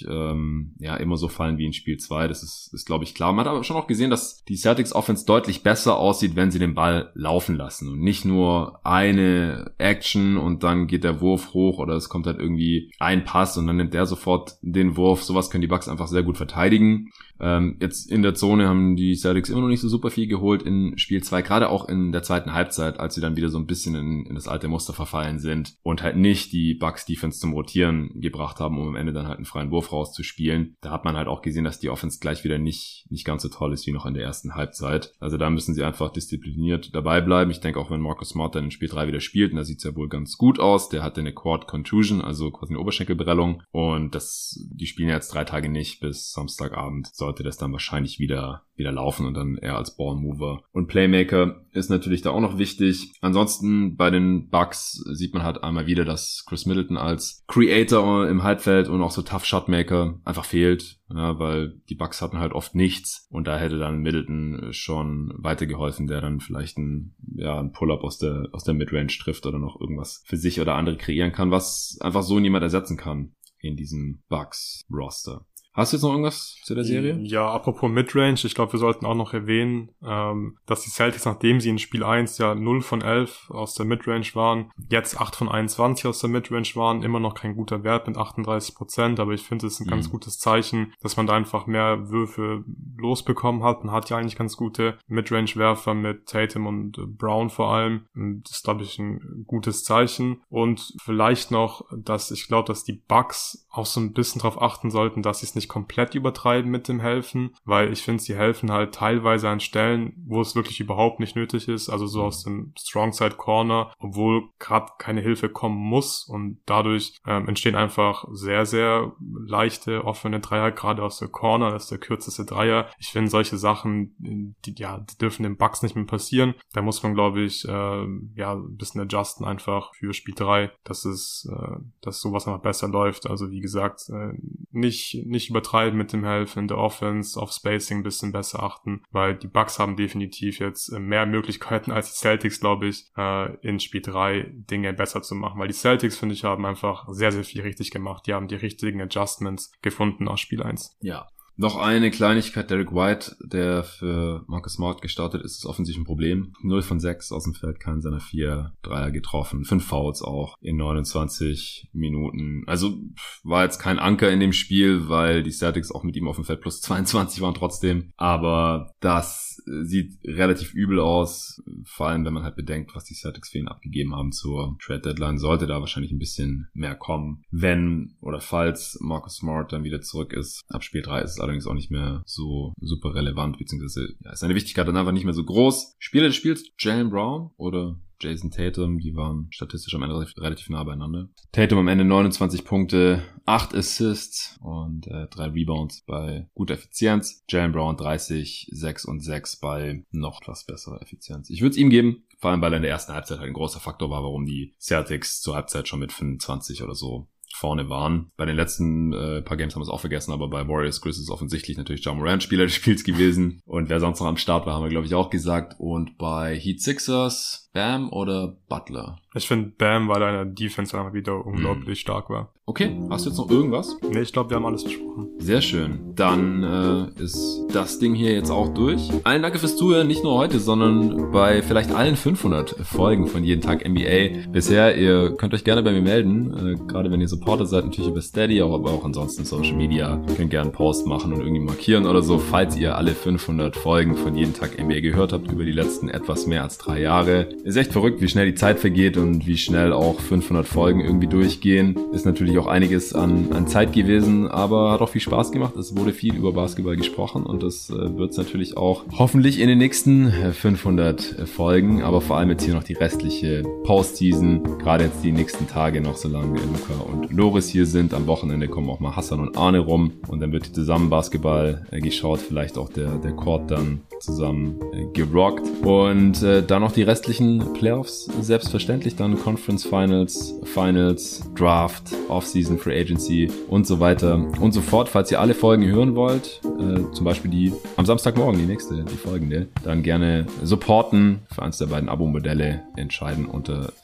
Speaker 2: immer so fallen wie in Spiel 2. Das ist glaube ich, klar. Man hat aber schon auch gesehen, dass die Celtics Offense deutlich besser aussieht, wenn sie den Ball laufen lassen und nicht nur eine Action und dann geht der Wurf hoch oder es kommt halt irgendwie ein Pass und dann nimmt der sofort den Wurf. Sowas können die Bucks einfach sehr gut verteidigen. Jetzt in der Zone haben die Celtics immer noch nicht so super viel geholt in Spiel 2, gerade auch in der zweiten Halbzeit, als sie dann wieder so ein bisschen in das alte Muster verfallen sind und halt nicht die Bucks Defense zum Rotieren gebracht haben, um am Ende dann halt einen freien Wurf rauszuspielen. Da hat man halt auch gesehen, dass die Offense gleich wieder nicht ganz so toll ist wie noch in der ersten Halbzeit. Also da müssen sie einfach diszipliniert dabei bleiben. Ich denke auch, wenn Marcus Smart dann in Spiel 3 wieder spielt, und da sieht es ja wohl ganz gut aus, der hatte eine Quad Contusion, also quasi eine Oberschenkelprellung, und die spielen ja jetzt 3 Tage nicht, bis Samstagabend sollte das dann wahrscheinlich wieder laufen und dann eher als Ballmover und Playmaker ist natürlich da auch noch wichtig. Ansonsten bei den Bucks sieht man halt einmal wieder, dass Chris Middleton als Creator im Halbfeld und auch so Tough Shotmaker einfach fehlt, ja, weil die Bucks hatten halt oft nichts und da hätte dann Middleton schon weitergeholfen, der dann vielleicht ein Pull-up aus der Midrange trifft oder noch irgendwas für sich oder andere kreieren kann, was einfach so niemand ersetzen kann in diesem Bucks-Roster. Hast du jetzt noch irgendwas zu der Serie?
Speaker 3: Ja, apropos Midrange, ich glaube, wir sollten auch noch erwähnen, dass die Celtics, nachdem sie in Spiel 1 ja 0 von 11 aus der Midrange waren, jetzt 8 von 21 aus der Midrange waren, immer noch kein guter Wert mit 38%, aber ich finde, es ist ein ganz gutes Zeichen, dass man da einfach mehr Würfe losbekommen hat. Man hat ja eigentlich ganz gute Midrange-Werfer mit Tatum und Brown vor allem. Das ist, glaube ich, ein gutes Zeichen. Und vielleicht noch, dass ich glaube, dass die Bucks auch so ein bisschen darauf achten sollten, dass sie es nicht komplett übertreiben mit dem Helfen, weil ich finde, sie helfen halt teilweise an Stellen, wo es wirklich überhaupt nicht nötig ist, also so aus dem Strongside Corner, obwohl gerade keine Hilfe kommen muss, und dadurch entstehen einfach sehr, sehr leichte offene Dreier, gerade aus der Corner, das ist der kürzeste Dreier. Ich finde, solche Sachen, die dürfen den Bucks nicht mehr passieren. Da muss man, glaube ich, ein bisschen adjusten einfach für Spiel 3, dass sowas einfach besser läuft. Also wie gesagt, nicht übertreiben mit dem Helfen in der Offense, auf Spacing ein bisschen besser achten, weil die Bucks haben definitiv jetzt mehr Möglichkeiten als die Celtics, glaube ich, in Spiel 3 Dinge besser zu machen, weil die Celtics, finde ich, haben einfach sehr, sehr viel richtig gemacht. Die haben die richtigen Adjustments gefunden aus Spiel 1.
Speaker 2: Ja. Noch eine Kleinigkeit, Derek White, der für Marcus Smart gestartet ist offensichtlich ein Problem. 0 von 6 aus dem Feld, keinen seiner 4 Dreier getroffen. 5 Fouls auch in 29 Minuten. Also war jetzt kein Anker in dem Spiel, weil die Celtics auch mit ihm auf dem Feld plus 22 waren trotzdem. Aber das sieht relativ übel aus, vor allem wenn man halt bedenkt, was die Celtics für ihn abgegeben haben zur Trade Deadline. Sollte da wahrscheinlich ein bisschen mehr kommen, wenn oder falls Marcus Smart dann wieder zurück ist. Ab Spiel 3 ist es allerdings auch nicht mehr so super relevant, beziehungsweise ist seine Wichtigkeit dann einfach nicht mehr so groß. Spieler des Spiels, Jaylen Brown oder Jason Tatum, die waren statistisch am Ende relativ nah beieinander. Tatum am Ende 29 Punkte, 8 Assists und 3 Rebounds bei guter Effizienz. Jaylen Brown 30, 6 und 6 bei noch etwas besserer Effizienz. Ich würde es ihm geben, vor allem weil er in der ersten Halbzeit halt ein großer Faktor war, warum die Celtics zur Halbzeit schon mit 25 oder so vorne waren. Bei den letzten paar Games haben wir es auch vergessen, aber bei Warriors Grizzlies ist offensichtlich natürlich Ja Morant Spieler des Spiels gewesen. Und wer sonst noch am Start war, haben wir, glaube ich, auch gesagt. Und bei Heat Sixers Bam oder Butler?
Speaker 3: Ich finde Bam, weil deine Defense einfach wieder unglaublich stark war.
Speaker 2: Okay, hast du jetzt noch irgendwas?
Speaker 3: Nee, ich glaube, wir haben alles besprochen.
Speaker 2: Sehr schön. Dann ist das Ding hier jetzt auch durch. Allen danke fürs Zuhören, nicht nur heute, sondern bei vielleicht allen 500 Folgen von Jeden Tag NBA. Bisher, ihr könnt euch gerne bei mir melden, gerade wenn ihr Supporter seid, natürlich über Steady, aber auch ansonsten Social Media. Ihr könnt gerne einen Post machen und irgendwie markieren oder so, falls ihr alle 500 Folgen von Jeden Tag NBA gehört habt über die letzten etwas mehr als 3 Jahre. Ist echt verrückt, wie schnell die Zeit vergeht und wie schnell auch 500 Folgen irgendwie durchgehen. Ist natürlich auch einiges an Zeit gewesen, aber hat auch viel Spaß gemacht. Es wurde viel über Basketball gesprochen und das wird es natürlich auch hoffentlich in den nächsten 500 Folgen, aber vor allem jetzt hier noch die restliche Postseason, gerade jetzt die nächsten Tage noch, solange Luca und Loris hier sind. Am Wochenende kommen auch mal Hassan und Arne rum und dann wird zusammen Basketball geschaut, vielleicht auch der Court dann zusammen gerockt und dann noch die restlichen Playoffs, selbstverständlich dann Conference Finals, Draft, Offseason, Free Agency und so weiter und so fort. Falls ihr alle Folgen hören wollt, zum Beispiel die am Samstagmorgen, die folgende, dann gerne supporten. Für eins der beiden Abo-Modelle entscheiden unter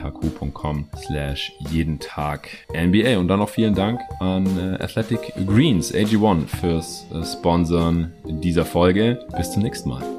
Speaker 2: steadyhq.com/jeden-Tag-NBA. Und dann noch vielen Dank an Athletic Greens, AG1, fürs Sponsoren dieser Folge. Bis zum nächsten Mal.